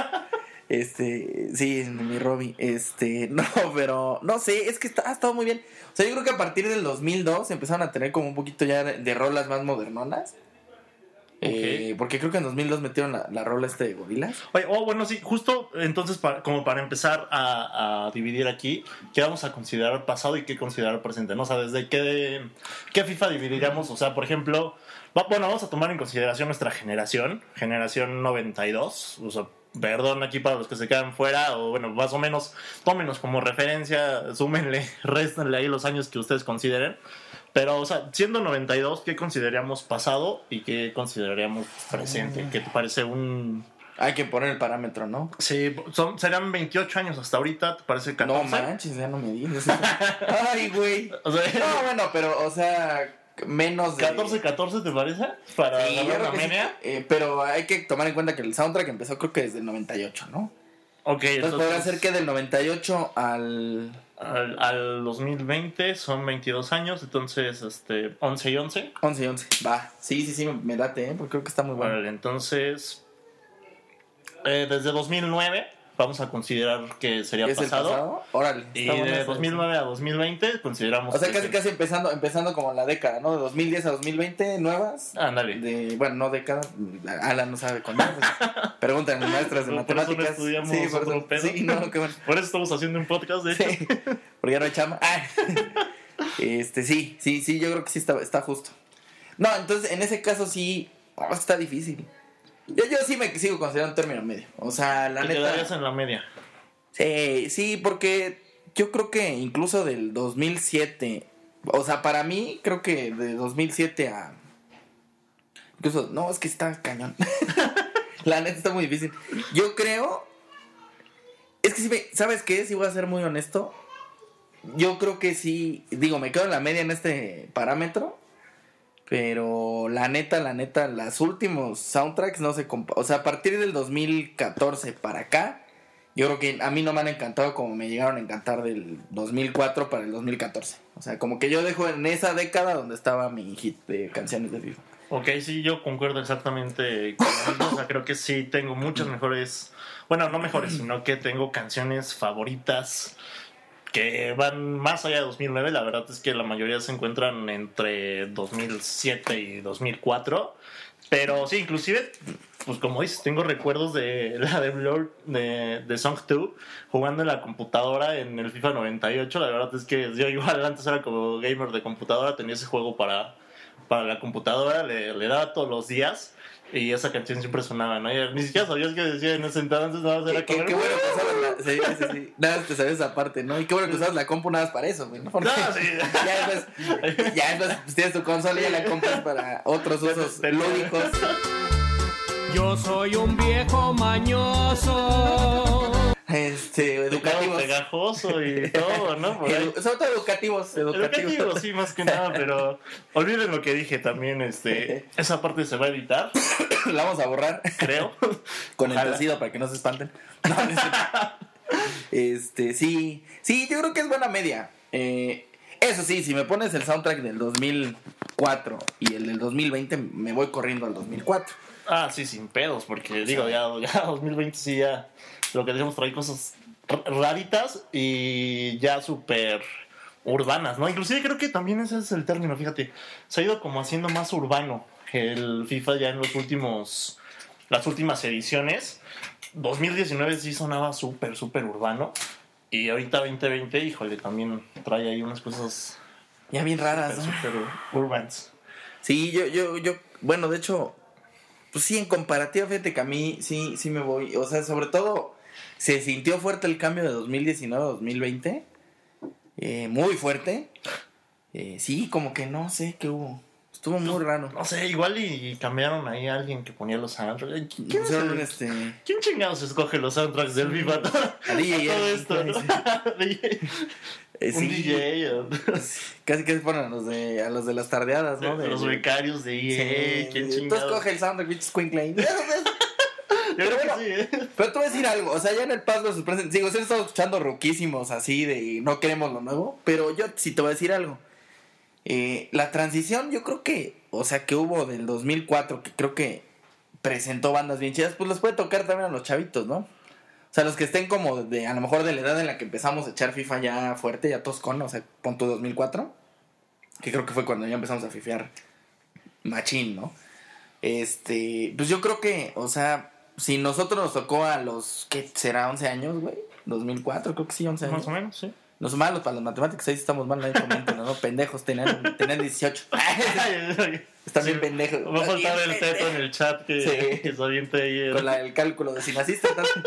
Sí, mi Robbie. No, pero no sé, es que ha estado muy bien. O sea, yo creo que a partir del 2002 empezaron a tener como un poquito ya de rolas más modernonas. Okay. Porque creo que en 2002 metieron la rola de Gorillaz. Oye, bueno, sí, justo entonces como para empezar a dividir aquí, ¿qué vamos a considerar pasado y qué considerar presente? ¿No? O sea, ¿desde qué FIFA dividiríamos? O sea, por ejemplo, vamos a tomar en consideración nuestra generación 92, o sea, perdón aquí para los que se quedan fuera, o bueno, más o menos, tómenos como referencia, súmenle, réstenle ahí los años que ustedes consideren. Pero, o sea, siendo 92, ¿qué consideraríamos pasado y qué consideraríamos presente? ¿Qué te parece un...? Hay que poner el parámetro, ¿no? Sí, serán 28 años hasta ahorita, ¿te parece 14? No manches, ya no me digas. Ay, güey. O sea, No, bueno, pero, o sea, menos de... 14, ¿te parece? Para Sí, agarrar yo la creo que media. sí, pero hay que tomar en cuenta que el soundtrack empezó creo que desde el 98, ¿no? Ok, Entonces podría ser que del 98 al 2020 son 22 años, entonces 11 y 11. 11 y 11, va. Sí, me late, porque creo que está muy bueno. Vale, entonces desde 2009 vamos a considerar que sería ¿Es pasado. el pasado? Órale. Y de 2009 a 2020 consideramos. O sea, que casi empezando como la década, ¿no? De 2010 a 2020, nuevas. Ándale. Bueno, no década. Alan no sabe cuándo. Preguntan a mis maestras de Por eso no matemáticas. estudiamos Sí, por otro eso. pedo. Sí, no, qué bueno. Por eso estamos haciendo un podcast, de hecho. Sí, porque ya no hay chamba. Sí, yo creo que sí está justo. No, entonces en ese caso sí, está difícil. Yo sí me sigo considerando un término medio. O sea, la Te neta. quedarías en la media. Sí, porque yo creo que incluso del 2007, o sea, para mí creo que de 2007 a... Incluso, no, es que está cañón. La neta está muy difícil. Yo creo... Es que ¿sabes qué? Si voy a ser muy honesto. Yo creo que sí, digo, me quedo en la media en este parámetro. Pero la neta, los últimos soundtracks no se o sea, a partir del 2014 para acá, yo creo que a mí no me han encantado como me llegaron a encantar del 2004 para el 2014. O sea, como que yo dejo en esa década donde estaba mi hit de canciones de FIFA. Ok, sí, yo concuerdo exactamente con lo mismo. O sea, creo que sí tengo muchas mejores... Bueno, no mejores, sino que tengo canciones favoritas que van más allá de 2009. La verdad es que la mayoría se encuentran entre 2007 y 2004. Pero sí, inclusive, pues como dices, tengo recuerdos de la de Blur, de Song 2, jugando en la computadora en el FIFA 98. La verdad es que yo igual antes era como gamer de computadora, tenía ese juego para la computadora, le daba todos los días. Y esa canción siempre sonaba, ¿no? Y ni siquiera sabías qué decía en ese entonces, nada más era como... Qué bueno que usabas sí. Nada más te sabes esa parte, ¿no? Y qué bueno que usabas la compu nada más para eso, güey, ¿no? Porque sí. ya después pues, tienes tu consola y ya la compras para otros usos lúdicos. Yo soy un viejo mañoso. Educativos. Pegajoso y todo, ¿no? Por ahí. Sobre todo educativos. Educativos, sí, más que nada, pero olviden lo que dije también, esa parte se va a editar. La vamos a borrar. Creo. Con Ojalá. el tecido para que no se espanten. No, sí, yo creo que es buena media. Eso sí, si me pones el soundtrack del 2004 y el del 2020, me voy corriendo al 2004. Ah, sí, sin pedos, porque digo, ya 2020 sí, ya lo que decimos trae cosas raritas y ya súper urbanas, ¿no? Inclusive creo que también ese es el término, fíjate, se ha ido como haciendo más urbano el FIFA ya en las últimas ediciones. 2019 sí sonaba súper urbano y ahorita 2020, híjole, también trae ahí unas cosas ya bien raras, ¿no? súper urbans. Sí, yo, bueno, de hecho, pues sí, en comparativa, fíjate que a mí sí me voy, o sea, sobre todo se sintió fuerte el cambio de 2019 a 2020, muy fuerte, sí, como que no sé qué hubo, estuvo muy raro. No sé, igual y cambiaron ahí a alguien que ponía los soundtracks. ¿Quién chingados escoge los soundtracks del FIFA? A DJ, todo esto, ¿no? Un DJ. Casi que se ponen a los de las tardeadas, ¿no? Los becarios de EA. Sí, ¿Quién tú chingados? escoge el soundtrack, bitch, Squinkling. Pero bueno, sí, ¿eh? pero te voy a decir algo, o sea, ya en el Pass vs. Present, digo, sí he estado escuchando ruquísimos así de no queremos lo nuevo, pero yo sí te voy a decir algo. La transición yo creo que, o sea, que hubo del 2004, que creo que presentó bandas bien chidas, pues les puede tocar también a los chavitos, ¿no? O sea, los que estén como de, a lo mejor de la edad en la que empezamos a echar FIFA ya fuerte, ya toscón, o sea, pon tu 2004, que creo que fue cuando ya empezamos a fifear machín, ¿no? Pues yo creo que, o sea, si nosotros nos tocó a los, ¿qué será? 11 años, güey, 2004, creo que sí, 11 años. Más o menos, sí. Los malos para las matemáticas, ahí sí estamos mal, ahí comenten, ¿no? Pendejos, tenían 18. Están bien pendejos. Va a faltar el teto en el chat que se aviente ahí. Con el cálculo de si naciste tanto.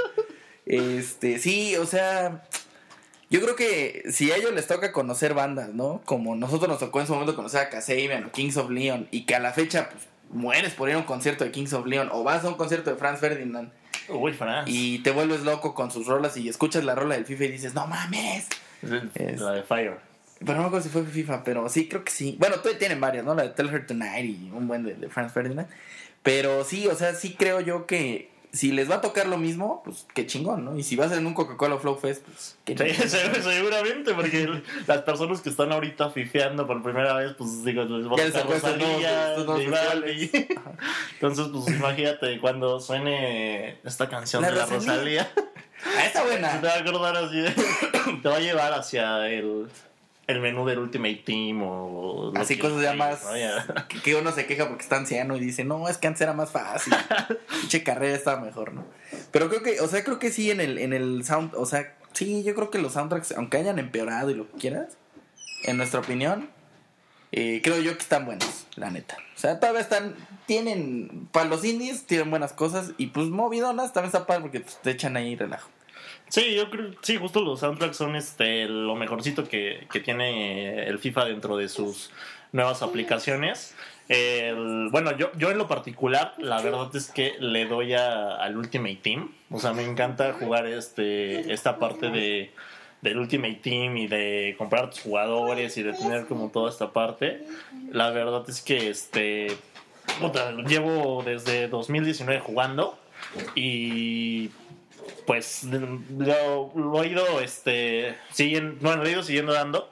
Sí, o sea, yo creo que si a ellos les toca conocer bandas, ¿no? Como nosotros nos tocó en su momento conocer a Kasabian o Kings of Leon, y que a la fecha, pues, mueres por ir a un concierto de Kings of Leon, o vas a un concierto de Franz Ferdinand. Uy, Franz. Y te vuelves loco con sus rolas y escuchas la rola del FIFA y dices, no mames. La de Fire. Pero no me acuerdo si fue FIFA, pero sí, creo que sí. Bueno, todavía tienen varias, ¿no? La de Tell Her Tonight y un buen de Franz Ferdinand. Pero sí, o sea, sí creo yo que si les va a tocar lo mismo, pues qué chingón, ¿no? Y si va a ser en un Coca-Cola Flow Fest, pues qué chingón. Sí, seguramente, porque las personas que están ahorita fifeando por primera vez, pues digo, les va a tocar Rosalía, J Balvin. Entonces, pues imagínate cuando suene esta canción de la Rosalía. Ah, está buena. Se te va a acordar así te va a llevar hacia el menú del Ultimate Team o así cosas ya más, ¿no? Que uno se queja porque está anciano y dice, no, es que antes era más fácil. Pinche carrera estaba mejor, ¿no? Pero creo que sí en el sound, o sea, sí, yo creo que los soundtracks, aunque hayan empeorado y lo que quieras, en nuestra opinión, creo yo que están buenos, la neta. O sea, todavía tienen, para los indies, tienen buenas cosas, y pues movidonas también está padre porque pues, te echan ahí relajo. Sí, yo creo, sí, justo los soundtracks son lo mejorcito que tiene el FIFA dentro de sus nuevas aplicaciones. Bueno, yo en lo particular, la verdad es que le doy al Ultimate Team. O sea, me encanta jugar esta parte del Ultimate Team y de comprar tus jugadores y de tener como toda esta parte. La verdad es que llevo desde 2019 jugando y pues lo he ido lo he ido siguiendo dando.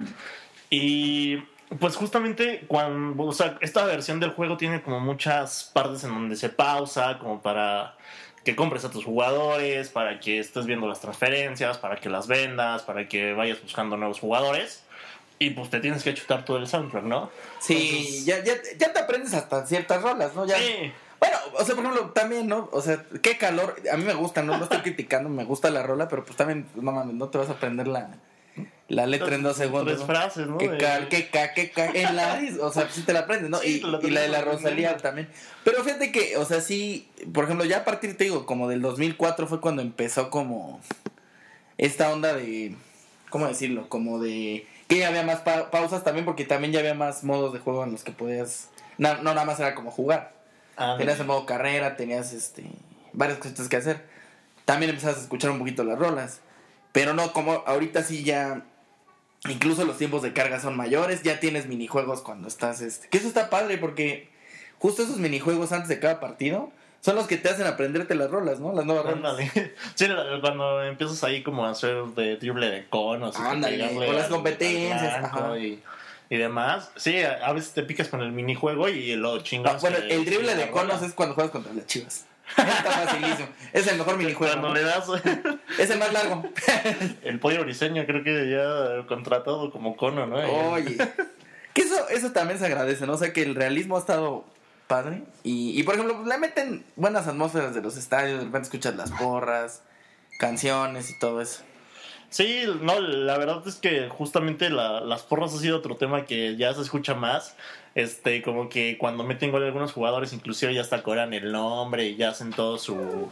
Y pues justamente cuando, o sea, esta versión del juego tiene como muchas partes en donde se pausa, como para que compres a tus jugadores, para que estés viendo las transferencias, para que las vendas, para que vayas buscando nuevos jugadores. Y pues te tienes que chutar todo el soundtrack, ¿no? Sí, entonces, ya te aprendes hasta ciertas rolas, ¿no? Ya, sí. Bueno, o sea, por ejemplo, también, ¿no? O sea, qué calor. A mí me gusta, no estoy criticando, me gusta la rola, pero pues también, no mames, no te vas a aprender la letra en 2 segundos. 3 frases, ¿no? Que en la, o sea, sí te la aprendes, ¿no? Sí, y la de la Rosalía también. Pero fíjate que, o sea, sí, por ejemplo, ya a partir, te digo, como del 2004 fue cuando empezó como esta onda de, ¿cómo decirlo? Como de que ya había más pausas también, porque también ya había más modos de juego en los que podías, no nada más era como jugar. Tenías el modo carrera, tenías varias cositas que hacer. También empezabas a escuchar un poquito las rolas. Pero no, como ahorita sí ya, incluso los tiempos de carga son mayores, ya tienes minijuegos cuando estás, que eso está padre porque justo esos minijuegos antes de cada partido son los que te hacen aprenderte las rolas, ¿no? Las nuevas rolas. Sí, cuando empiezas ahí como a hacer de drible de conos. O las competencias. Y demás. Sí, a veces te picas con el minijuego y lo chingas. Bueno, el drible de conos es cuando juegas contra las Chivas. Está facilísimo. Es el mejor minijuego. Cuando ¿no? le das. Es el más largo. El pollo briseño creo que ya contratado como cono, ¿no? Oye. Que eso también se agradece, ¿no? O sea que el realismo ha estado padre. Y por ejemplo, le meten buenas atmósferas de los estadios. De repente escuchas las porras, canciones y todo eso. Sí, no, la verdad es que justamente las porras ha sido otro tema que ya se escucha más. Como que cuando meten gol algunos jugadores, inclusive ya hasta cobran el nombre y ya hacen todo su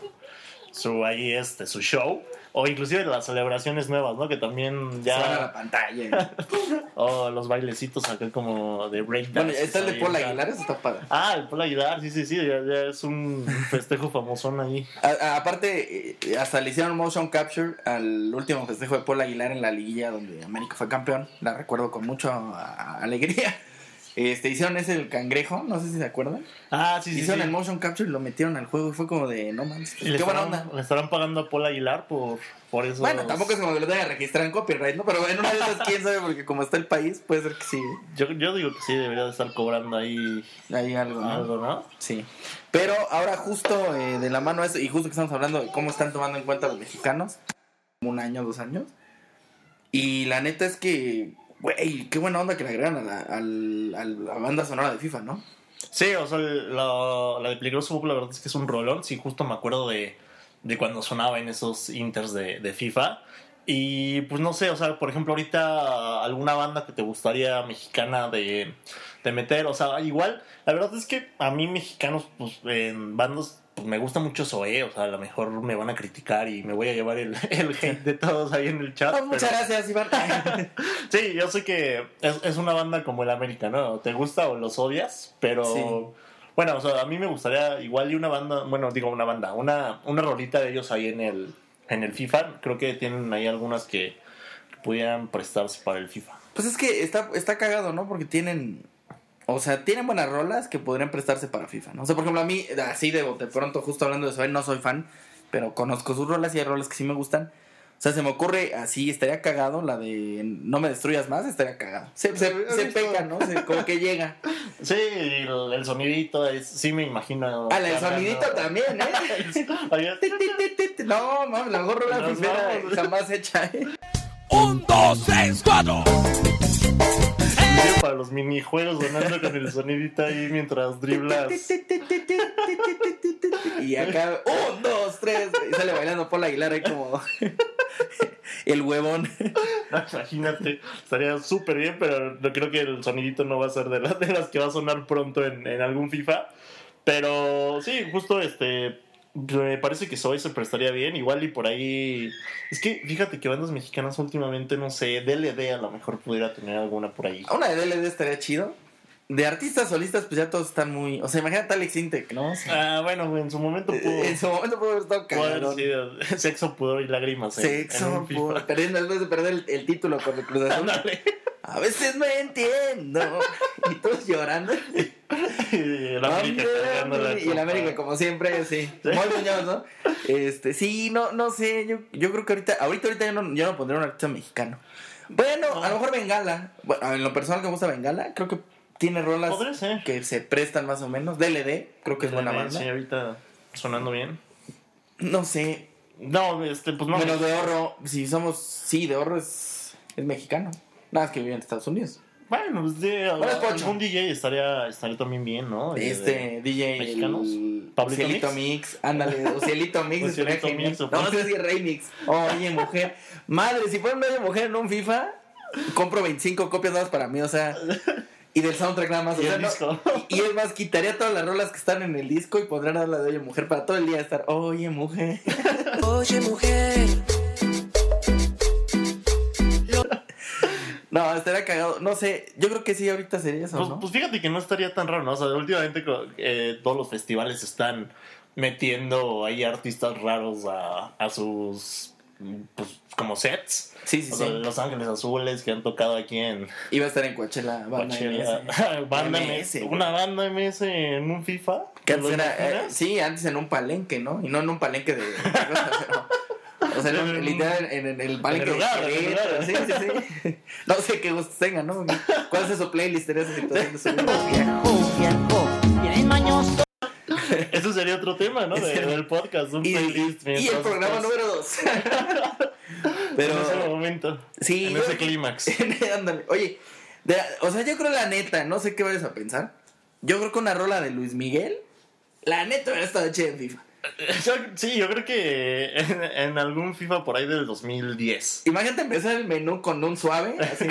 show. O inclusive las celebraciones nuevas, ¿no? Que también ya... Suena la pantalla. O los bailecitos acá como de breakdance. Bueno, está el de Paul Aguilar, eso está padre. Ah, el Paul Aguilar, sí, ya es un festejo famosón ahí. Aparte, hasta le hicieron motion capture al último festejo de Paul Aguilar en la liguilla donde América fue campeón. La recuerdo con mucha alegría. hicieron ese del cangrejo, no sé si se acuerdan. Sí. Hicieron el motion capture y lo metieron al juego y fue como de, no manches, pues, qué buena onda. Le estarán pagando a Paul Aguilar por eso. Bueno, tampoco es como que lo tengan registrado en copyright, ¿no? Pero en una de esas, quién sabe, porque como está el país, puede ser que sí. Yo digo que sí, debería de estar cobrando ahí algo, ¿no? Algo, ¿no? Sí. Pero ahora justo de la mano eso, y justo que estamos hablando de cómo están tomando en cuenta los mexicanos, 1 año, 2 años. Y la neta es que, güey, qué buena onda que le agregan a la banda sonora de FIFA, ¿no? Sí, o sea, la de Peligroso Bob, la verdad es que es un rolón. Sí, justo me acuerdo de cuando sonaba en esos inters de FIFA. Y pues no sé, o sea, por ejemplo, ahorita alguna banda que te gustaría mexicana de meter, o sea, igual, la verdad es que a mí mexicanos, pues en bandas, pues me gusta mucho Zoé, o sea, a lo mejor me van a criticar y me voy a llevar el hate de todos ahí en el chat. Oh, muchas gracias, Iván. Sí, yo sé que es una banda como el América, ¿no? ¿Te gusta o los odias? Pero, sí. Bueno, o sea, a mí me gustaría igual y una banda, bueno, digo una banda, una rolita de ellos ahí en el FIFA. Creo que tienen ahí algunas que pudieran prestarse para el FIFA. Pues es que está cagado, ¿no? Porque tienen buenas rolas que podrían prestarse para FIFA, ¿no? O sea, por ejemplo, a mí, así de pronto, justo hablando de eso, no soy fan, pero conozco sus rolas y hay rolas que sí me gustan. O sea, se me ocurre así, estaría cagado la de No me destruyas más, estaría cagado. Se pega, ¿no? Como que llega. Sí, el sonidito, sí me imagino. El sonidito también, ¿eh? No, mames, la mejor rola fifera jamás hecha, ¿eh? 1, 2, 3, 4. Para los minijuegos sonando con el sonidito ahí mientras driblas. Y acá, 1, 2, 3. Y sale bailando Paul Aguilar ahí como el huevón. Imagínate, estaría súper bien, pero no creo que el sonidito no va a ser de las que va a sonar pronto en algún FIFA. Pero sí, justo me parece que Zoe se prestaría bien, igual y por ahí. Es que fíjate que bandas mexicanas últimamente, no sé, DLD a lo mejor pudiera tener alguna por ahí. Una de DLD estaría chido. De artistas solistas, pues ya todos están muy. O sea, imagínate a Alex Intec, ¿no? O sea, bueno, en su momento pudo. En su momento pudo haber estado cagado. Sexo, pudor y lágrimas. Sexo, pudor. Después de perder el título con el Cruz Azul. A veces no entiendo. Y todos llorando. Y el América cargando y el América, como siempre, sí. Muy buenos, ¿no? Sí, no sé. Yo creo que ahorita yo no pondría un artista mexicano. Bueno, a lo mejor Bengala. Bueno, en lo personal que me gusta Bengala, creo que tiene rolas que se prestan más o menos. DLD, creo que es buena banda. Sí, ahorita sonando bien. No sé. No, pues no. Bueno, de Horro, de Horro es mexicano. Nada más que vive en Estados Unidos. Bueno, pues algún DJ estaría también bien, ¿no? DJ mexicanos. Cielito Mix, ándale, o Cielito Mix. No sé si es Remix. Oye, mujer. Madre, si fuera una Oye Mujer en un FIFA, compro 25 copias nada más para mí, o sea. Y del soundtrack nada más. Y es más, quitaría todas las rolas que están en el disco y pondría nada la de Oye Mujer para todo el día estar. Oye, mujer. Oye, mujer. No, estaría cagado. No sé, yo creo que sí, ahorita sería eso, ¿no? Pues fíjate que no estaría tan raro, ¿no? O sea, últimamente todos los festivales están metiendo ahí artistas raros a sus, pues, como sets. Sí. O sea, Los Ángeles Azules que han tocado aquí en... Iba a estar en Coachella, banda MS. Una banda MS en un FIFA. Que antes era, antes en un palenque, ¿no? Y no en un palenque de... O sea, literal en el palenque de sí. No sé qué gustos tengan, ¿no? ¿Cuál es su playlist en esa situación? Viejo, bien mañoso. Eso sería otro tema, ¿no? Del podcast, un playlist. Y el programa número 2. Pero, en ese momento. Sí. En ese clímax. Ándale. Oye, o sea, yo creo la neta, no sé qué vayas a pensar. Yo creo que una rola de Luis Miguel, la neta hubiera estado hecha en FIFA. Yo creo que en algún FIFA por ahí del 2010. Imagínate empezar el menú con un suave, así.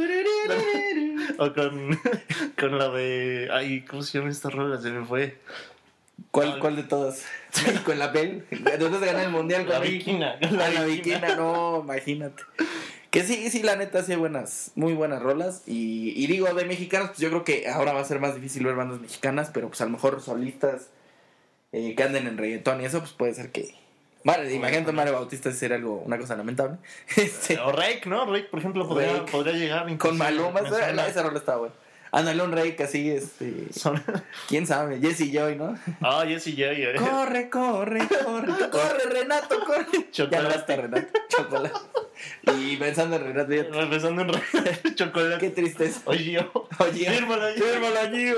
O con la de... Ay, ¿cómo se llama esta rola? Se me fue. ¿Cuál de todas? Con la Bell. Después de ganar el mundial con la Viquina. La Viquina, no, imagínate. Que sí, la neta, sí hay muy buenas rolas. Y digo, de mexicanos, pues yo creo que ahora va a ser más difícil ver bandas mexicanas, pero pues a lo mejor solistas que anden en reggaetón y eso, pues puede ser que... Vale, imagínate Mario Bautista sería una cosa lamentable. O Rake, ¿no? Rake, por ejemplo, podría llegar. Con Maluma, esa rola estaba buena. Ándale, un rey que así, quién sabe, Jesse Joy, ¿no? Ah, Jesse Joy. Corre, corre, corre, corre, Renato, corre. Chocolate. Ya no está Renato, chocolate. Y pensando en Renato, Empezando en chocolate. qué tristeza. Oye, Fírmalo allí.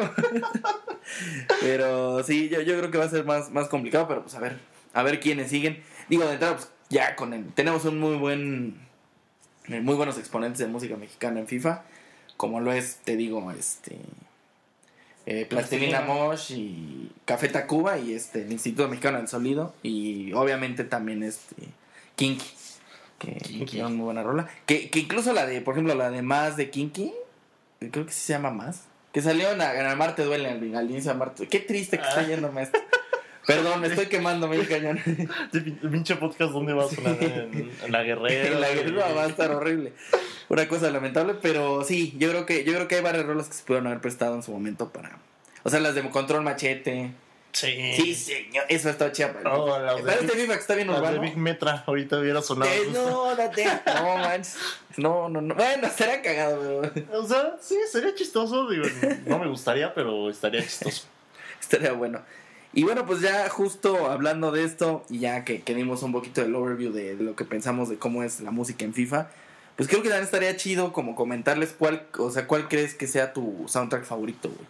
Pero sí, yo creo que va a ser más complicado, pero pues a ver quiénes siguen. Digo, de entrada, pues ya tenemos un muy buenos exponentes de música mexicana en FIFA, como lo es, te digo, Plastilina Mosh y Café Tacuba y el Instituto Mexicano del Sonido y obviamente también Kinky, que es una muy buena rola, que incluso por ejemplo la de Más de Kinky, creo que sí se llama Más, que salió en Amar Te Duele al inicio de Amar Te Duele. Qué triste que está yéndome esto. Perdón, me estoy quemando medio cañón. Pinche podcast, ¿dónde va a sonar? En La Guerrera. En La Guerrera va a estar horrible. Una cosa lamentable, pero sí, yo creo que hay varias rolas que se pudieron haber prestado en su momento para... O sea, las de Control Machete. Sí. Sí, señor. Eso está chido. Para FIFA que está bien las urbano. de Big Metra, ahorita hubiera sonado. No, manches. No. Bueno, será cagado, pero... O sea, sí, sería chistoso. Digo, no me gustaría, pero estaría chistoso. Estaría bueno. Y bueno, pues ya justo hablando de esto, y ya que dimos un poquito del overview de lo que pensamos de cómo es la música en FIFA, pues creo que también estaría chido como comentarles cuál crees que sea tu soundtrack favorito, güey.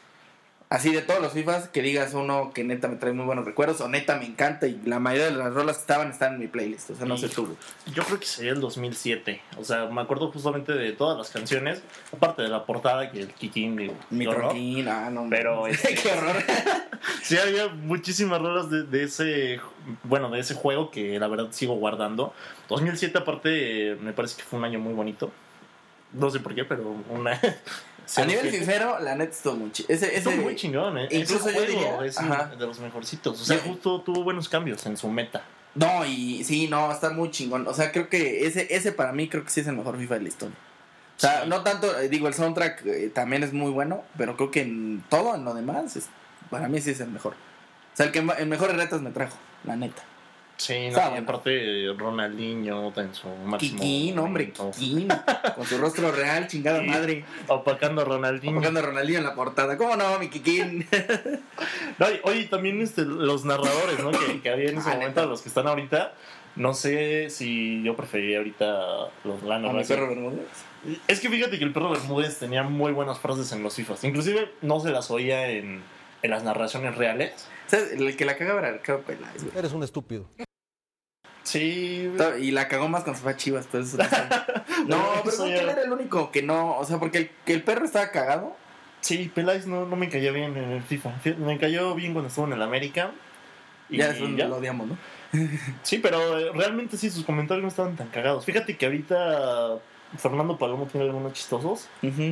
Así de todos los FIFAs, que digas uno que neta me trae muy buenos recuerdos, o neta me encanta, y la mayoría de las rolas que están en mi playlist, o sea, no sé tú, güey. Yo creo que sería el 2007. O sea, me acuerdo justamente de todas las canciones, aparte de la portada, que el Kikín, Mi troquín, no. Pero qué horror. Sí, había muchísimas rolas de ese juego que la verdad sigo guardando. 2007 aparte me parece que fue un año muy bonito. No sé por qué, pero a nivel sincero, la neta estuvo muy estuvo muy chingón, Incluso ese yo juego diría, es de los mejorcitos. O sea, justo tuvo buenos cambios en su meta. No, y sí, no, está muy chingón. O sea, creo que ese para mí creo que sí es el mejor FIFA de la historia. O sea, no tanto, digo, el soundtrack también es muy bueno, pero creo que en todo, en lo demás, para mí sí es el mejor. O sea, el mejor retas me trajo, la neta. Sí, no, y aparte Ronaldinho en su máximo Kikín, hombre, Kikín, con su rostro real, chingada madre. Opacando a Ronaldinho. Opacando a Ronaldinho en la portada. ¿Cómo no, mi Kikín? No, oye, también los narradores, ¿no? que había en ese momento, neta. los que están ahorita. No sé si yo preferiría ahorita la narración. ¿A mi perro Bermúdez? Es que fíjate que el perro Bermúdez tenía muy buenas frases en los FIFAs. Inclusive no se las oía en las narraciones reales. ¿Sabes? El que la cagaba era el Arcado Peláez, güey. Eres un estúpido. Sí. Y la cagó más cuando se fue a Chivas, pero eso no, pero creo que él era el único que no, o sea, porque el perro estaba cagado. Sí, Peláez no me cayó bien en el FIFA. Me cayó bien cuando estuvo en el América. Y ya después lo odiamos, ¿no? Sí, pero realmente sí, sus comentarios no estaban tan cagados. Fíjate que ahorita Fernando Palomo tiene algunos chistosos.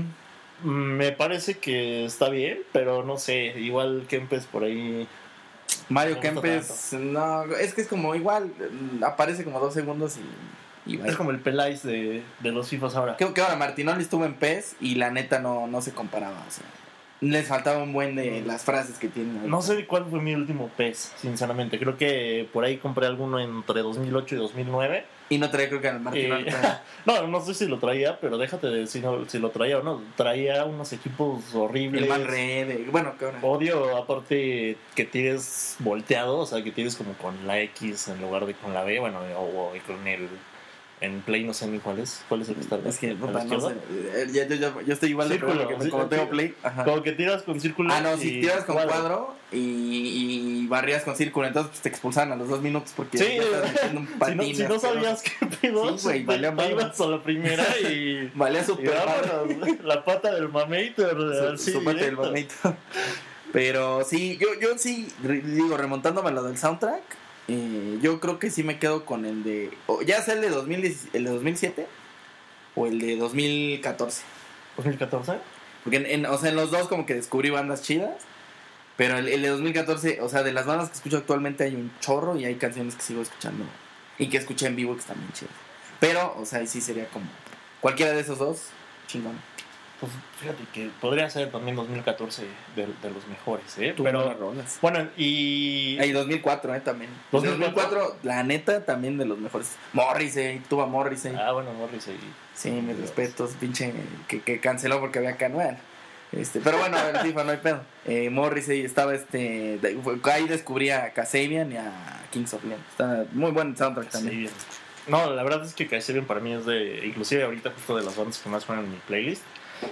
Me parece que está bien, pero no sé, igual Kempes por ahí. Mario Kempes, no, es que es como igual, aparece como 2 segundos y es como el Peláez de los FIFAs ahora. Creo que ahora Martinoli estuvo en PES y la neta no se comparaba, o sea, les faltaba un buen de las frases que tienen. No sé cuál fue mi último PES, sinceramente. Creo que por ahí compré alguno entre 2008 y 2009. Y no traía, creo que al Martinoli. No sé si lo traía, pero déjate de decir si lo traía o no. Traía unos equipos horribles. El Manred, bueno, que ahora. Odio, aparte, que tires volteado, o sea, que tires como con la X en lugar de con la B, bueno, o con el... En Play no sé ni cuál es el que está. Es que puta, no sé. Yo estoy igual círculo, de como tengo Play. Ajá. Como que tiras con círculo. No, si tiras con cuadro y barrías con círculo, entonces pues, te expulsaban a los 2 minutos porque sí, un patín, si no sabías qué pedo, sí, güey, valía te ibas a la primera y valía super la pata del Mamator, su pata del Mamator. Pero sí, yo sí digo, remontándome a lo del soundtrack, yo creo que sí me quedo con el de... Ya sea el de 2007 o el de 2014. ¿2014? Porque o sea, en los dos como que descubrí bandas chidas. Pero el de 2014, o sea, de las bandas que escucho actualmente hay un chorro y hay canciones que sigo escuchando y que escuché en vivo que están bien chidas. Pero, o sea, sí sería como cualquiera de esos dos, chingón. Pues fíjate que podría ser también 2014 de los mejores, Pero rolas. Bueno, y 2004, también. 2004, la neta, también de los mejores. Morrissey, tuvo a Morrissey. Bueno, Morrissey. Sí, mis respetos, pinche, que canceló porque había Bueno, Pero bueno, a ver, FIFA no hay pedo. Morrissey estaba ahí descubrí a Kasabian y a Kings of Leon. Está muy buen soundtrack también. Sí. No, la verdad es que Kasabian para mí es inclusive ahorita justo de las bandas que más ponen en mi playlist.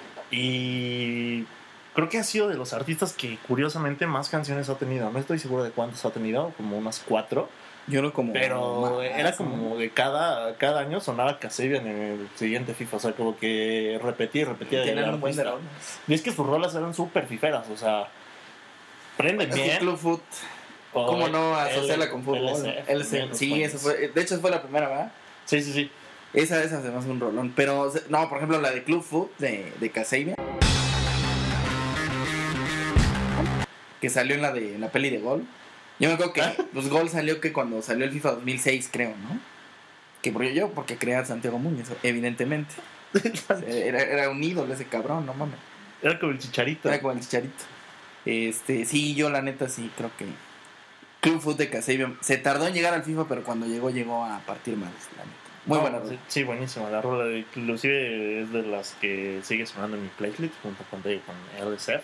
Y creo que ha sido de los artistas que curiosamente más canciones ha tenido. No estoy seguro de cuántas ha tenido, como unas 4. Yo no como... Pero era como de cada año sonaba Kasabian en el siguiente FIFA. O sea, como que repetía Tienen un buen de artista. Y es que sus rolas eran súper fiferas. O sea, prenden bien. Es que Club Foot, ¿cómo no asociarla con fútbol? Sí, eso fue... De hecho, fue la primera, ¿verdad? Sí. Esa se me hace un rolón. Pero, no, por ejemplo, la de Club Foot de Kasabian, que salió en la peli de Gol. Yo me acuerdo que pues Gol salió que cuando salió el FIFA 2006, creo, ¿no? Que porque creé a Santiago Muñoz, evidentemente. Era un ídolo ese cabrón, no mames. Era como el Chicharito. Sí, yo la neta sí creo que Club Foot de Kasabian se tardó en llegar al FIFA, pero cuando llegó a partir más, la neta. Muy buena rola. Sí, buenísima. La rola inclusive es de las que sigue sonando en mi playlist junto con LSF.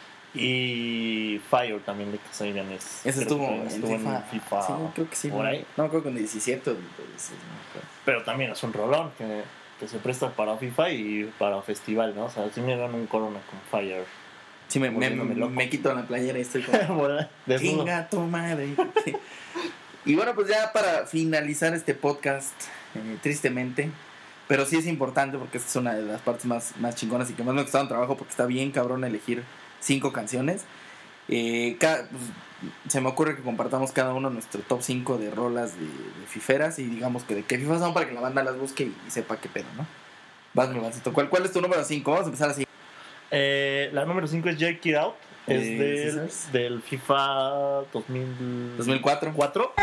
Y Fire también de Kasabian ese estuvo en FIFA. Sí, creo que sí. Por ahí. No, creo que en 17 o 16, no. Pero también es un rolón que se presta para FIFA y para festival, ¿no? O sea, si me dan un Corona con Fire. Sí, me quito la playera y estoy como... ¡Chinga tu madre! Y bueno, pues ya para finalizar este podcast, tristemente, pero sí es importante porque esta es una de las partes más chingonas y que más me ha costado un trabajo porque está bien cabrón elegir 5 canciones. Pues, se me ocurre que compartamos cada uno nuestro top 5 de rolas de fiferas y digamos que de qué FIFA son para que la banda las busque y sepa qué pedo, ¿no? Vas, mi Vancito. ¿Cuál es tu número 5? Vamos a empezar así. La número 5 es Jerk It Out. Es del FIFA 2004.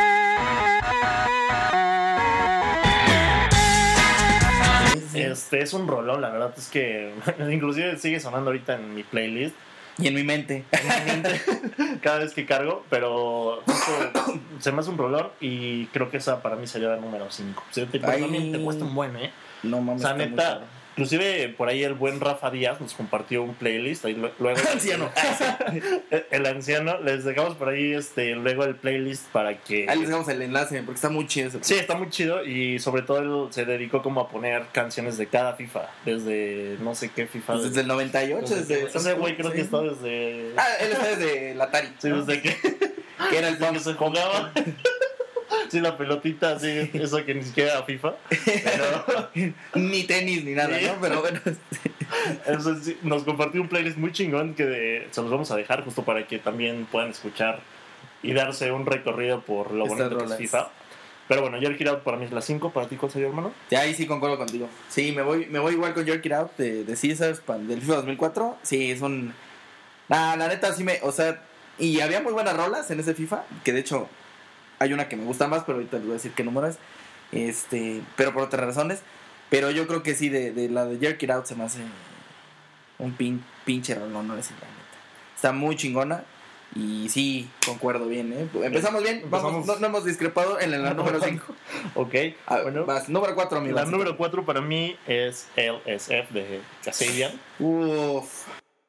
Es un rolón, la verdad es que inclusive sigue sonando ahorita en mi playlist. Y en mi mente. Cada vez que cargo, pero se me hace un rolón y creo que esa para mí sería la número 5. También te cuesta un buen, No mames. O sea, neta, inclusive por ahí el buen Rafa Díaz nos compartió un playlist. Ahí luego anciano. El anciano, les dejamos por ahí luego el playlist para que... Ahí les dejamos el enlace porque está muy chido ese. Sí, está muy chido y sobre todo él se dedicó como a poner canciones de cada FIFA. Desde no sé qué FIFA. Desde el 98. Ese güey creo que está desde... él está desde el Atari. Sí, desde que era el que se jugaba. Sí, la pelotita, así, eso que ni siquiera era FIFA. Pero... ni tenis ni nada, ¿no? Pero bueno. Entonces, sí, nos compartió un playlist muy chingón que se los vamos a dejar justo para que también puedan escuchar y darse un recorrido por lo bonito que es FIFA. Pero bueno, Jerk It Out para mí es la 5. ¿Para ti cuál sería, hermano? Ya, ahí sí concuerdo contigo. Sí, me voy igual con Jerk It Out de Caesars del FIFA 2004. Sí, es un... la neta sí o sea, y había muy buenas rolas en ese FIFA, que de hecho... Hay una que me gusta más, pero ahorita les voy a decir qué número es. Pero por otras razones. Pero yo creo que sí, de la de Jerk It Out se me hace un pinche rolón, no es la neta. Está muy chingona. Y sí, concuerdo bien, ¿eh? Empezamos bien. Vamos, no hemos discrepado en la número 5. Ok. Bueno, vas, número 4, amigo. La número 4 para mí es LSF de Kasabian. Uff.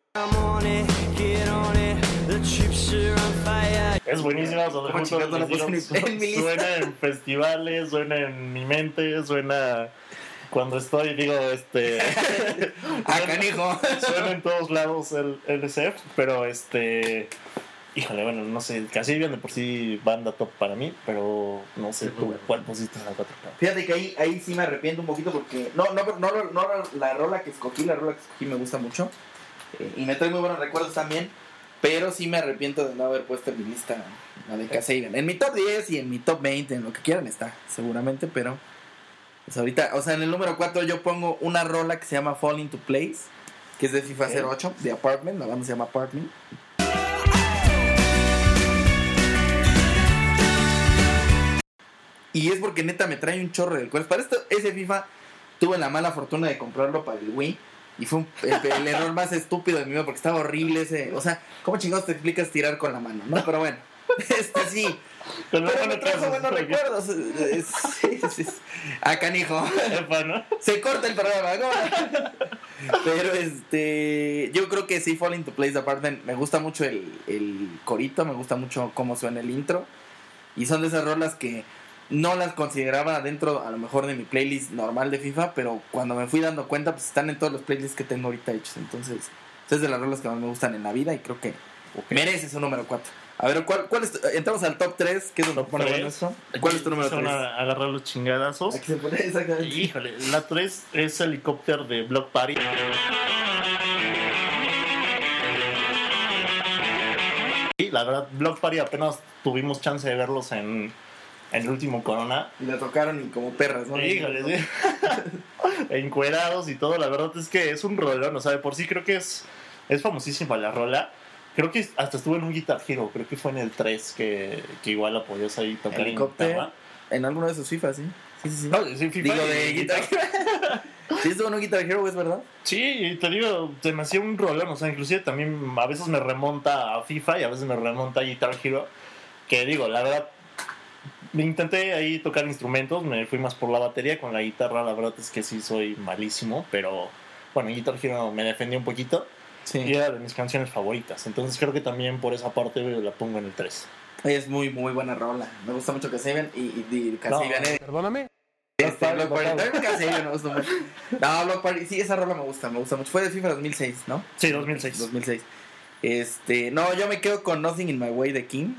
Es buenísima, suena en festivales, suena en mi mente, suena cuando estoy, canijo. Suena en todos lados el LSF, pero híjole, bueno, no sé, Kasabian de por sí banda top para mí, pero no sé tú cuál pusiste en la 4. Fíjate que ahí sí me arrepiento un poquito porque no la rola que escogí me gusta mucho y me trae muy buenos recuerdos también. Pero sí me arrepiento de no haber puesto en mi lista la de Kasabian. En mi top 10 y en mi top 20, en lo que quieran está, seguramente, pero pues ahorita, o sea, en el número 4 yo pongo una rola que se llama Fall Into Place, que es de FIFA 08, de Apartment, la banda se llama Apartment. Y es porque neta me trae un chorro del cuerpo. Para ese FIFA tuve la mala fortuna de comprarlo para el Wii. Y fue el error más estúpido de mi vida porque estaba horrible ese... O sea, ¿cómo chingados te explicas tirar con la mano? ¿No? Pero bueno, Sí. Con lo Pero bueno me que trajo haces, buenos porque- recuerdos. Sí. Canijo. Epa, ¿no? Se corta el programa. ¿Cómo? Pero yo creo que sí, Falling to Place Apartment. Me gusta mucho el corito, me gusta mucho cómo suena el intro. Y son de esas rolas que no las consideraba dentro, a lo mejor, de mi playlist normal de FIFA. Pero cuando me fui dando cuenta, pues están en todos los playlists que tengo ahorita hechos. Entonces, es de las rolas que más me gustan en la vida. Y creo que merece su número 4. A ver, ¿cuál es entramos al top 3, que es donde Top pone bueno tres. esto. ¿Cuál es tu número Se van 3? a agarrar los chingadazos. Aquí se pone exactamente. Híjole, la 3 es Helicopter de Block Party. Y la verdad, Block Party apenas tuvimos chance de verlos en el último Corona. Y la tocaron y como perras, ¿no? Híjole, sí. Encuerados y todo, la verdad es que es un rolón, o sea, de por sí creo que es famosísima la rola. Creo que hasta estuvo en un Guitar Hero, creo que fue en el 3 que igual la podías ahí tocar Helicóptero. en guitarra. En alguno de sus FIFA, sí. Sí. No, sí, FIFA Digo, y de Guitar Hero. Sí, estuvo en un Guitar Hero, ¿es verdad? Sí, y te digo, se me hacía un rolón, o sea, inclusive también a veces me remonta a FIFA y a veces me remonta a Guitar Hero, que digo, la verdad, me intenté ahí tocar instrumentos, me fui más por la batería, con la guitarra la verdad es que sí soy malísimo, pero bueno, Guitar Hero me defendí un poquito y era de mis canciones favoritas, entonces creo que también por esa parte la pongo en el 3. Es muy, muy buena rola. Me gusta mucho Kasabian y Kasabian. Perdóname. Block Party. También Kasabian me gusta mucho. No, Block Party, sí, esa rola me gusta mucho. Fue de FIFA 2006, ¿no? Sí, 2006. 2006. No, yo me quedo con Nothing in My Way de King.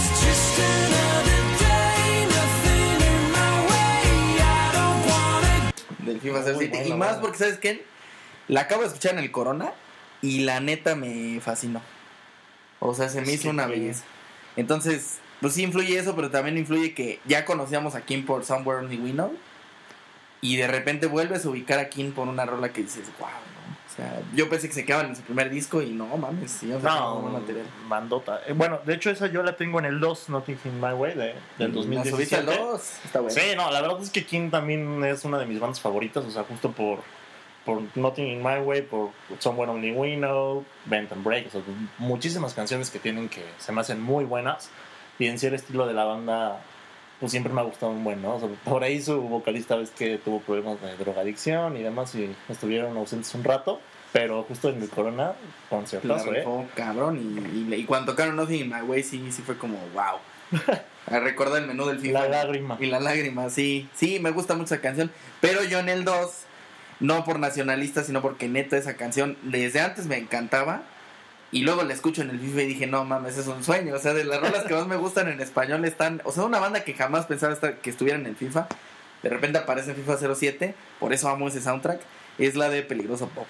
Del FIFA 07. Bueno, Y más bueno. porque, ¿sabes qué? La acabo de escuchar en el Corona y la neta me fascinó. O sea, se me Es hizo que una sí. belleza. Entonces, pues sí influye eso, pero también influye que ya conocíamos a King por Somewhere Only We Know. Y de repente vuelves a ubicar a King por una rola que dices, wow, ¿no? O sea, yo pensé que se quedaban en su primer disco y no, mames, sí, No, buen material. mandota. Bueno, de hecho esa yo la tengo en el 2, Nothing in My Way, del ¿La subiste al 2017. 2? Está bueno. Sí, no, la verdad es que King también es una de mis bandas favoritas, o sea, justo por Nothing in My Way, por Somewhere Only We Know, Bend and Break, o sea, muchísimas canciones que tienen que se me hacen muy buenas, y en sí el estilo de la banda, pues siempre me ha gustado un buen, ¿no? O sea, por ahí su vocalista ves que tuvo problemas de drogadicción y demás, y estuvieron ausentes un rato, pero justo en el Corona, La conciertazo, rifó, cabrón. Y cuando tocaron Nothing in My Way, sí fue como, wow. Recuerda el menú del FIFA. La lágrima. Y la lágrima, sí. Sí, me gusta mucho esa canción. Pero yo en el 2, no por nacionalista, sino porque neta esa canción desde antes me encantaba. Y luego la escucho en el FIFA y dije, no mames, es un sueño. O sea, de las rolas que más me gustan en español están. O sea, una banda que jamás pensaba que estuviera en el FIFA. De repente aparece en FIFA 07. Por eso amo ese soundtrack. Es la de Peligroso Pop.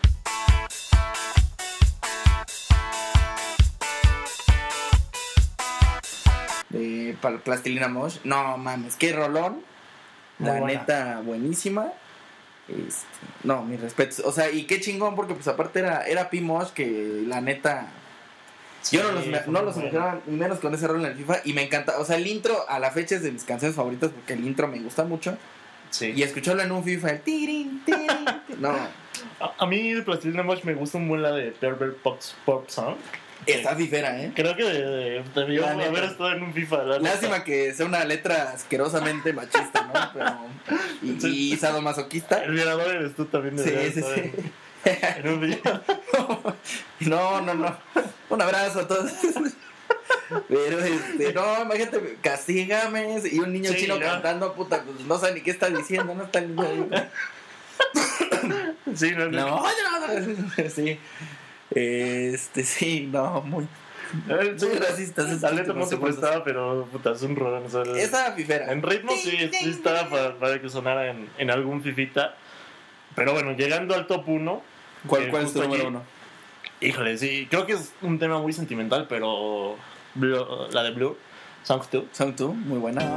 De Plastilina Mosh. No mames, qué rolón. Muy La buena. neta, buenísima. No, mis respetos. O sea, y qué chingón, porque pues aparte era P-Mosh, que la neta. Yo no los imaginaba ni menos con ese rol en el FIFA. Y me encanta. O sea, el intro a la fecha es de mis canciones favoritas, porque el intro me gusta mucho. Sí. Y escucharlo en un FIFA, el tirin, tirin, no, A mí de Plastilina Mosh me gusta un buen la de Pervert Pop Song. está fifera, ¿eh? Creo que debió La neta. haber estado en un FIFA. La neta. Lástima que sea una letra asquerosamente machista, ¿no? Pero, y sadomasoquista. El violador eres tú también. Sí, deberías sí, estar sí. En un video. No. Un abrazo a todos. Pero no, imagínate, castígame. Y un niño Sí, chino ¿no? cantando, puta, pues no sabe ni qué está diciendo, no está el niño ahí. Sí, No. Sí. Sí, no, muy. Soy racista. La letra no se prestaba, pero puta, es un rolón. O sea, Esa fifera. en ritmo sí estaba para que sonara en algún fifita. Pero bueno, llegando al top 1. ¿Cuál es tu número 1? Híjole, sí, creo que es un tema muy sentimental, pero la de Blur, Song 2. Song 2, muy buena.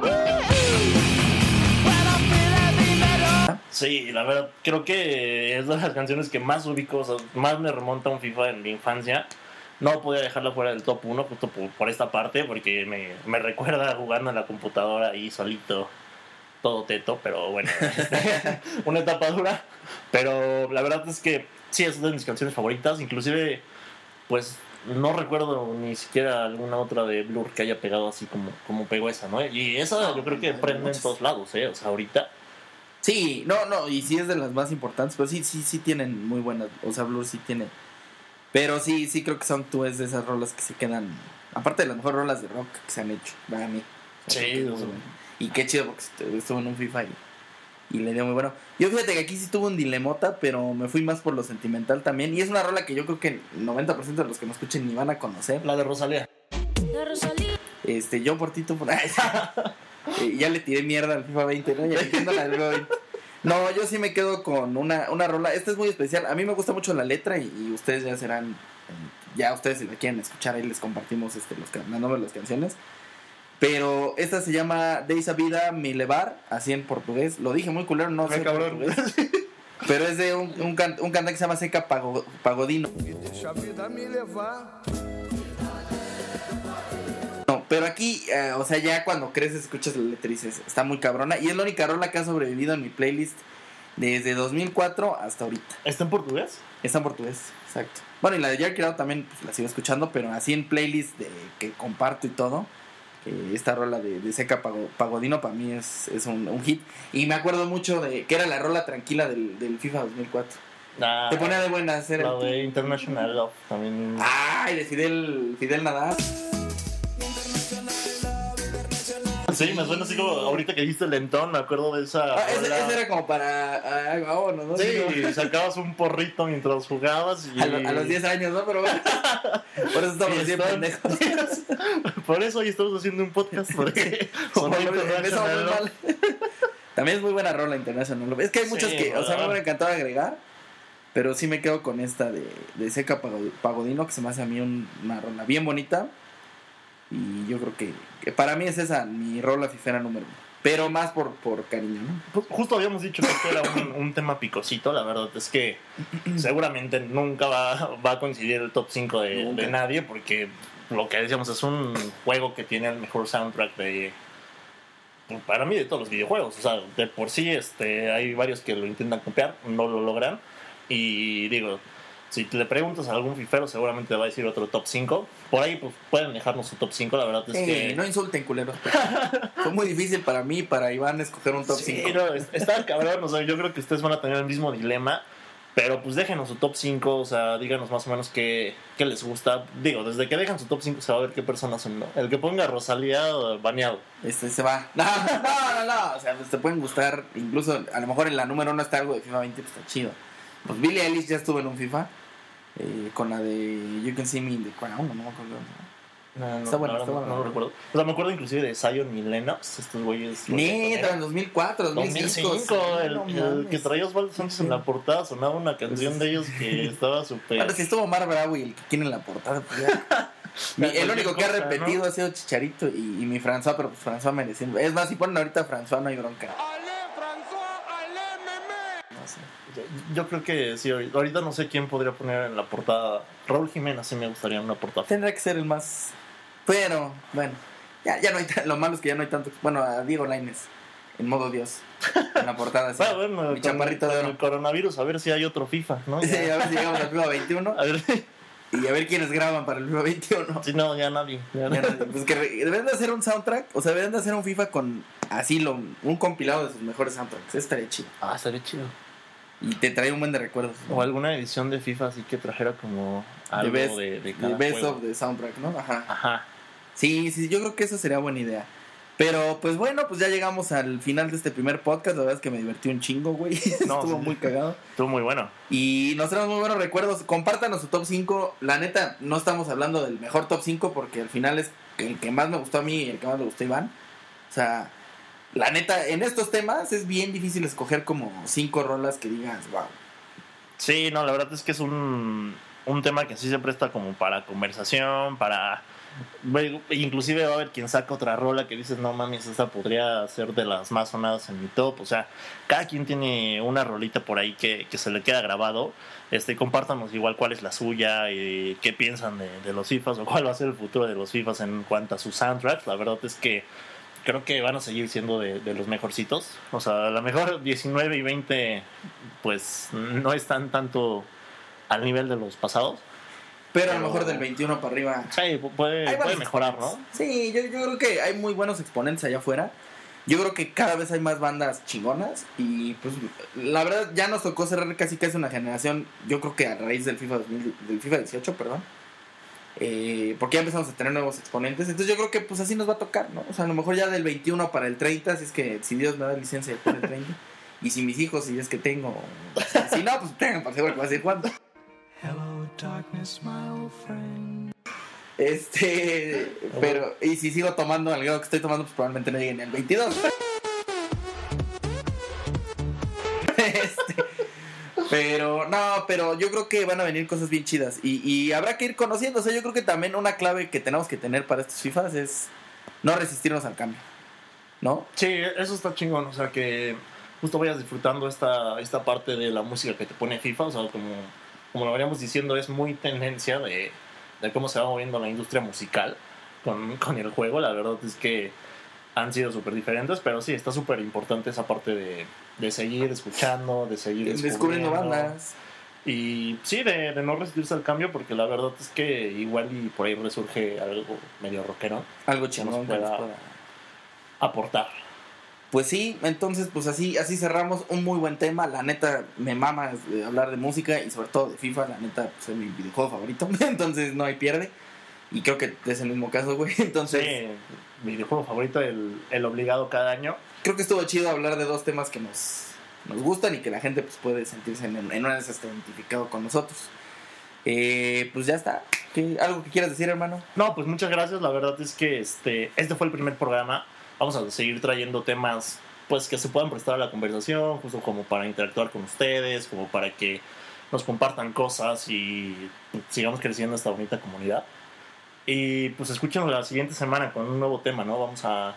Sí, la verdad, creo que es de las canciones que más ubico, o sea, más me remonta a un FIFA en mi infancia. No podía dejarla fuera del top 1 justo por esta parte, porque me recuerda jugando en la computadora ahí solito, todo teto, pero bueno, una etapa dura. Pero la verdad es que sí, es de mis canciones favoritas, inclusive, pues no recuerdo ni siquiera alguna otra de Blur que haya pegado así como pegó esa, ¿no? Y esa yo creo que prende en todos lados, o sea, ahorita. Sí, no, y sí es de las más importantes, pero sí tienen muy buenas, o sea, Blur sí tiene. Pero sí creo que Song 2 es de esas rolas que se quedan, aparte de las mejores rolas de rock que se han hecho, para mí. O sea, Sí, creo que es muy bueno. Y qué chido porque estuvo en un FIFA y le dio muy bueno. Yo fíjate que aquí sí tuve un dilemota, pero me fui más por lo sentimental también. Y es una rola que yo creo que el 90% de los que me escuchen ni van a conocer. La de Rosalía. Yo por ti, tú por... ya le tiré mierda al FIFA 20, ¿no? Ya entiendo la del FIFA 20. No, yo sí me quedo con una rola. Esta es muy especial. A mí me gusta mucho la letra y ustedes ya serán... Ya ustedes si la quieren escuchar, ahí les compartimos las nombres de las canciones. Pero esta se llama Deis a Vida Me Levar, así en portugués. Lo dije muy culero, no sé portugués. Pero es de un cantante que se llama Zeca Pagodino. No, pero aquí, o sea, ya cuando creces escuchas la letra y dices, está muy cabrona. Y es la única rola que ha sobrevivido en mi playlist desde 2004 hasta ahorita. ¿Está en portugués? Está en portugués, exacto. Bueno, y la de Jerk It Out también pues, la sigo escuchando, pero así en playlist que comparto y todo. Esta rola de Zeca Pagodino para mí es un hit. Y me acuerdo mucho de que era la rola tranquila del FIFA 2004. Te ponía de buenas. La de International Love también. Ay, de Fidel Nadal. Sí, me suena así como ahorita que dijiste lentón, me acuerdo de esa. Ese era como para. Vámonos, ¿no? Sí, sacabas un porrito mientras jugabas. Y... A los 10 años, ¿no? Pero bueno. Por eso estamos así pendejos. Por eso hoy estamos haciendo un podcast. Porque empezamos muy mal. También es muy buena rola International. Es que hay muchas que, o sea, me hubiera encantado agregar. Pero sí me quedo con esta de Zeca Pagodino, que se me hace a mí una rola bien bonita. Y yo creo que para mí es esa mi rola fifera número 1. Pero más por cariño, ¿no? Justo habíamos dicho que esto era un tema picosito. La verdad es que seguramente nunca va a coincidir el top 5 de nadie. Porque lo que decíamos es un juego que tiene el mejor soundtrack para mí de todos los videojuegos. O sea, de por sí hay varios que lo intentan copiar, no lo logran. Y digo, si le preguntas a algún fifero, seguramente te va a decir otro top 5. Por ahí pues pueden dejarnos su top 5, la verdad es que... No insulten, culeros. Fue muy difícil para mí y para Iván escoger un top 5. No, está cabrón, o sea, yo creo que ustedes van a tener el mismo dilema. Pero pues déjenos su top 5, o sea, díganos más o menos qué les gusta. Digo, desde que dejan su top 5 se va a ver qué personas son, ¿no? El que ponga Rosalía baneado. Se va. No. O sea, pues te pueden gustar. Incluso, a lo mejor en la número 1 está algo de FIFA 20, pues está chido. Pues Billie Eilish ya estuvo en un FIFA. Con la de You Can See Me in the Crown, no me acuerdo. Está bueno. No lo recuerdo. O sea, me acuerdo inclusive de Zion y Lennox, estos güeyes. Neta, en 2004, 2005. El que traía Osvaldo Sánchez en la portada sonaba una canción de ellos que estaba súper. Ahora si estuvo Mar Bravo y el que tiene en la portada, pues ya. El único que ha repetido, ¿no? Ha sido Chicharito y mi François, pero pues François mereciendo. Es más, si ponen ahorita François no hay bronca. No sé. Yo creo que sí, ahorita no sé quién podría poner en la portada. Raúl Jiménez sí me gustaría en una portada. Tendrá que ser el más. Pero, bueno, ya no hay lo malo es que ya no hay tanto. Bueno, a Diego Lainez, en modo Dios, en la portada. Así, bueno, mi chaparrito de oro. El coronavirus, a ver si hay otro FIFA, ¿no? Sí, a ver si llegamos al FIFA 21. A ver. Y a ver quiénes graban para el FIFA 21. Sí, no, ya nadie. Pues que deberían de hacer un soundtrack, o sea, deberían de hacer un FIFA con así un compilado de sus mejores soundtracks. Eso estaría chido. Estaría chido. Y te trae un buen de recuerdos, ¿no? O alguna edición de FIFA así que trajera como algo de cada best juego. of the soundtrack, ¿no? Ajá. Sí, yo creo que esa sería buena idea. Pero pues bueno, pues ya llegamos al final de este primer podcast. La verdad es que me divertí un chingo, güey. Estuvo muy cagado. Estuvo muy bueno. Y nos traemos muy buenos recuerdos. Compártanos su top 5. La neta, no estamos hablando del mejor top 5 porque al final es el que más me gustó a mí y el que más le gustó a Iván. O sea, la neta, en estos temas es bien difícil escoger como 5 rolas que digas, wow. Sí, no, la verdad es que es un tema que sí se presta como para conversación, para... Inclusive va a haber quien saca otra rola que dices, no mames, esta podría ser de las más sonadas en mi top. O sea, cada quien tiene una rolita por ahí que se le queda grabado. Compártanos igual cuál es la suya, qué piensan de los FIFAs o cuál va a ser el futuro de los FIFAs en cuanto a sus soundtracks. La verdad es que creo que van a seguir siendo de los mejorcitos. O sea, a lo mejor 19 y 20 pues no están tanto al nivel de los pasados. Pero a lo mejor del 21 para arriba. Sí, puede mejorar, ¿no? Sí, yo creo que hay muy buenos exponentes allá afuera. Yo creo que cada vez hay más bandas chingonas. Y pues la verdad ya nos tocó cerrar casi una generación. Yo creo que a raíz del FIFA 18, perdón. Porque ya empezamos a tener nuevos exponentes. Entonces yo creo que pues así nos va a tocar, ¿no? O sea, a lo mejor ya del 21 para el 30, si es que si Dios me da licencia de para el 30. Y si mis hijos, si es que tengo, si no, pues tengan para seguro que va a ser cuándo. Hello, darkness, my old friend. Pero, y si sigo tomando al grado que estoy tomando, pues probablemente no llegue ni al 22. Pero yo creo que van a venir cosas bien chidas. Y habrá que ir conociendo. O sea, yo creo que también una clave que tenemos que tener para estos FIFAs es no resistirnos al cambio, ¿no? Sí, eso está chingón. O sea, que justo vayas disfrutando esta parte de la música que te pone FIFA. O sea, como lo veníamos diciendo, es muy tendencia de cómo se va moviendo la industria musical con el juego. La verdad es que han sido súper diferentes, pero sí, está súper importante esa parte de seguir escuchando, de seguir descubriendo bandas. Y sí, de no resistirse al cambio, porque la verdad es que igual y por ahí resurge algo medio rockero. Algo chingón que nos pueda aportar. Pues sí, entonces pues así cerramos un muy buen tema. La neta me mama hablar de música y sobre todo de FIFA. La neta pues, es mi videojuego favorito, entonces no hay pierde. Y creo que es el mismo caso, güey. Entonces, sí, mi videojuego favorito, el obligado cada año. Creo que estuvo chido hablar de dos temas que nos gustan y que la gente pues puede sentirse en una de esas identificado con nosotros. Pues ya está. ¿Algo que quieras decir, hermano? No, pues muchas gracias. La verdad es que este fue el primer programa. Vamos a seguir trayendo temas pues que se puedan prestar a la conversación, justo como para interactuar con ustedes, como para que nos compartan cosas y sigamos creciendo esta bonita comunidad. Y pues escúchenos la siguiente semana con un nuevo tema, ¿no? Vamos a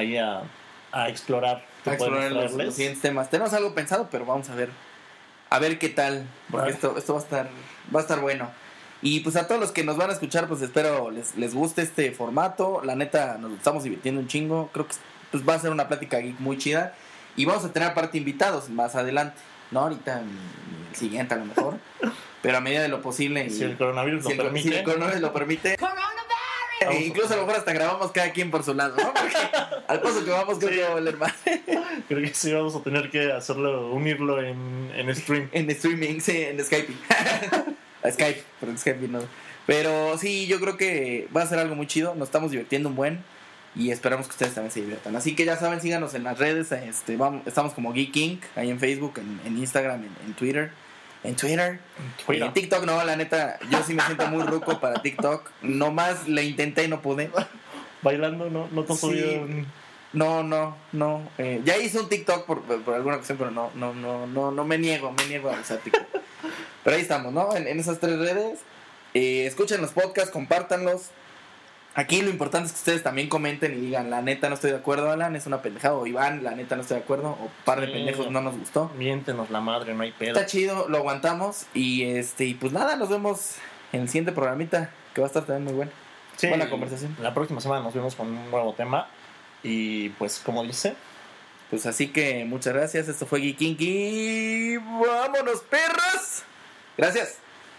explorar. A explorar los siguientes temas. Tenemos algo pensado, pero vamos a ver qué tal. Porque esto va a estar bueno. Y pues a todos los que nos van a escuchar, pues espero les guste este formato. La neta, nos estamos divirtiendo un chingo. Creo que pues va a ser una plática geek muy chida. Y vamos a tener aparte invitados más adelante, ¿no? Ahorita el siguiente a lo mejor. Pero a medida de lo posible. Si el coronavirus lo permite. Si el coronavirus lo permite. Incluso a lo mejor hasta grabamos cada quien por su lado, ¿no? Porque al paso que vamos creo que va a valer más. Creo que sí vamos a tener que unirlo en stream. En streaming, sí, en Skype. Skype, pero Skype no. Pero sí, yo creo que va a ser algo muy chido. Nos estamos divirtiendo un buen. Y esperamos que ustedes también se diviertan. Así que ya saben, síganos en las redes. Estamos como Geek Inc. Ahí en Facebook, en Instagram, en Twitter. En TikTok no, la neta, yo sí me siento muy ruco para TikTok. Nomás le intenté y no pude. Bailando, no te has subido. No. Ya hice un TikTok por alguna ocasión, pero no me niego a usar TikTok. Pero ahí estamos, ¿no? En esas 3 redes. Escuchen los podcasts, compártanlos. Aquí lo importante es que ustedes también comenten y digan, la neta no estoy de acuerdo, Alan, es una pendejada. O Iván, la neta no estoy de acuerdo. O par de pendejos no nos gustó. Miéntenos la madre, no hay pedo. Está chido, lo aguantamos. Y pues nada, nos vemos en el siguiente programita, que va a estar también muy bueno. Sí, buena conversación. La próxima semana nos vemos con un nuevo tema. Y pues, como dice, pues así que muchas gracias. Esto fue Geek Kinky. ¡Vámonos, perras! Gracias.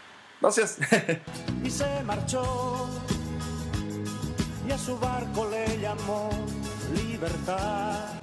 Y se marchó. Y a su barco le llamó libertad.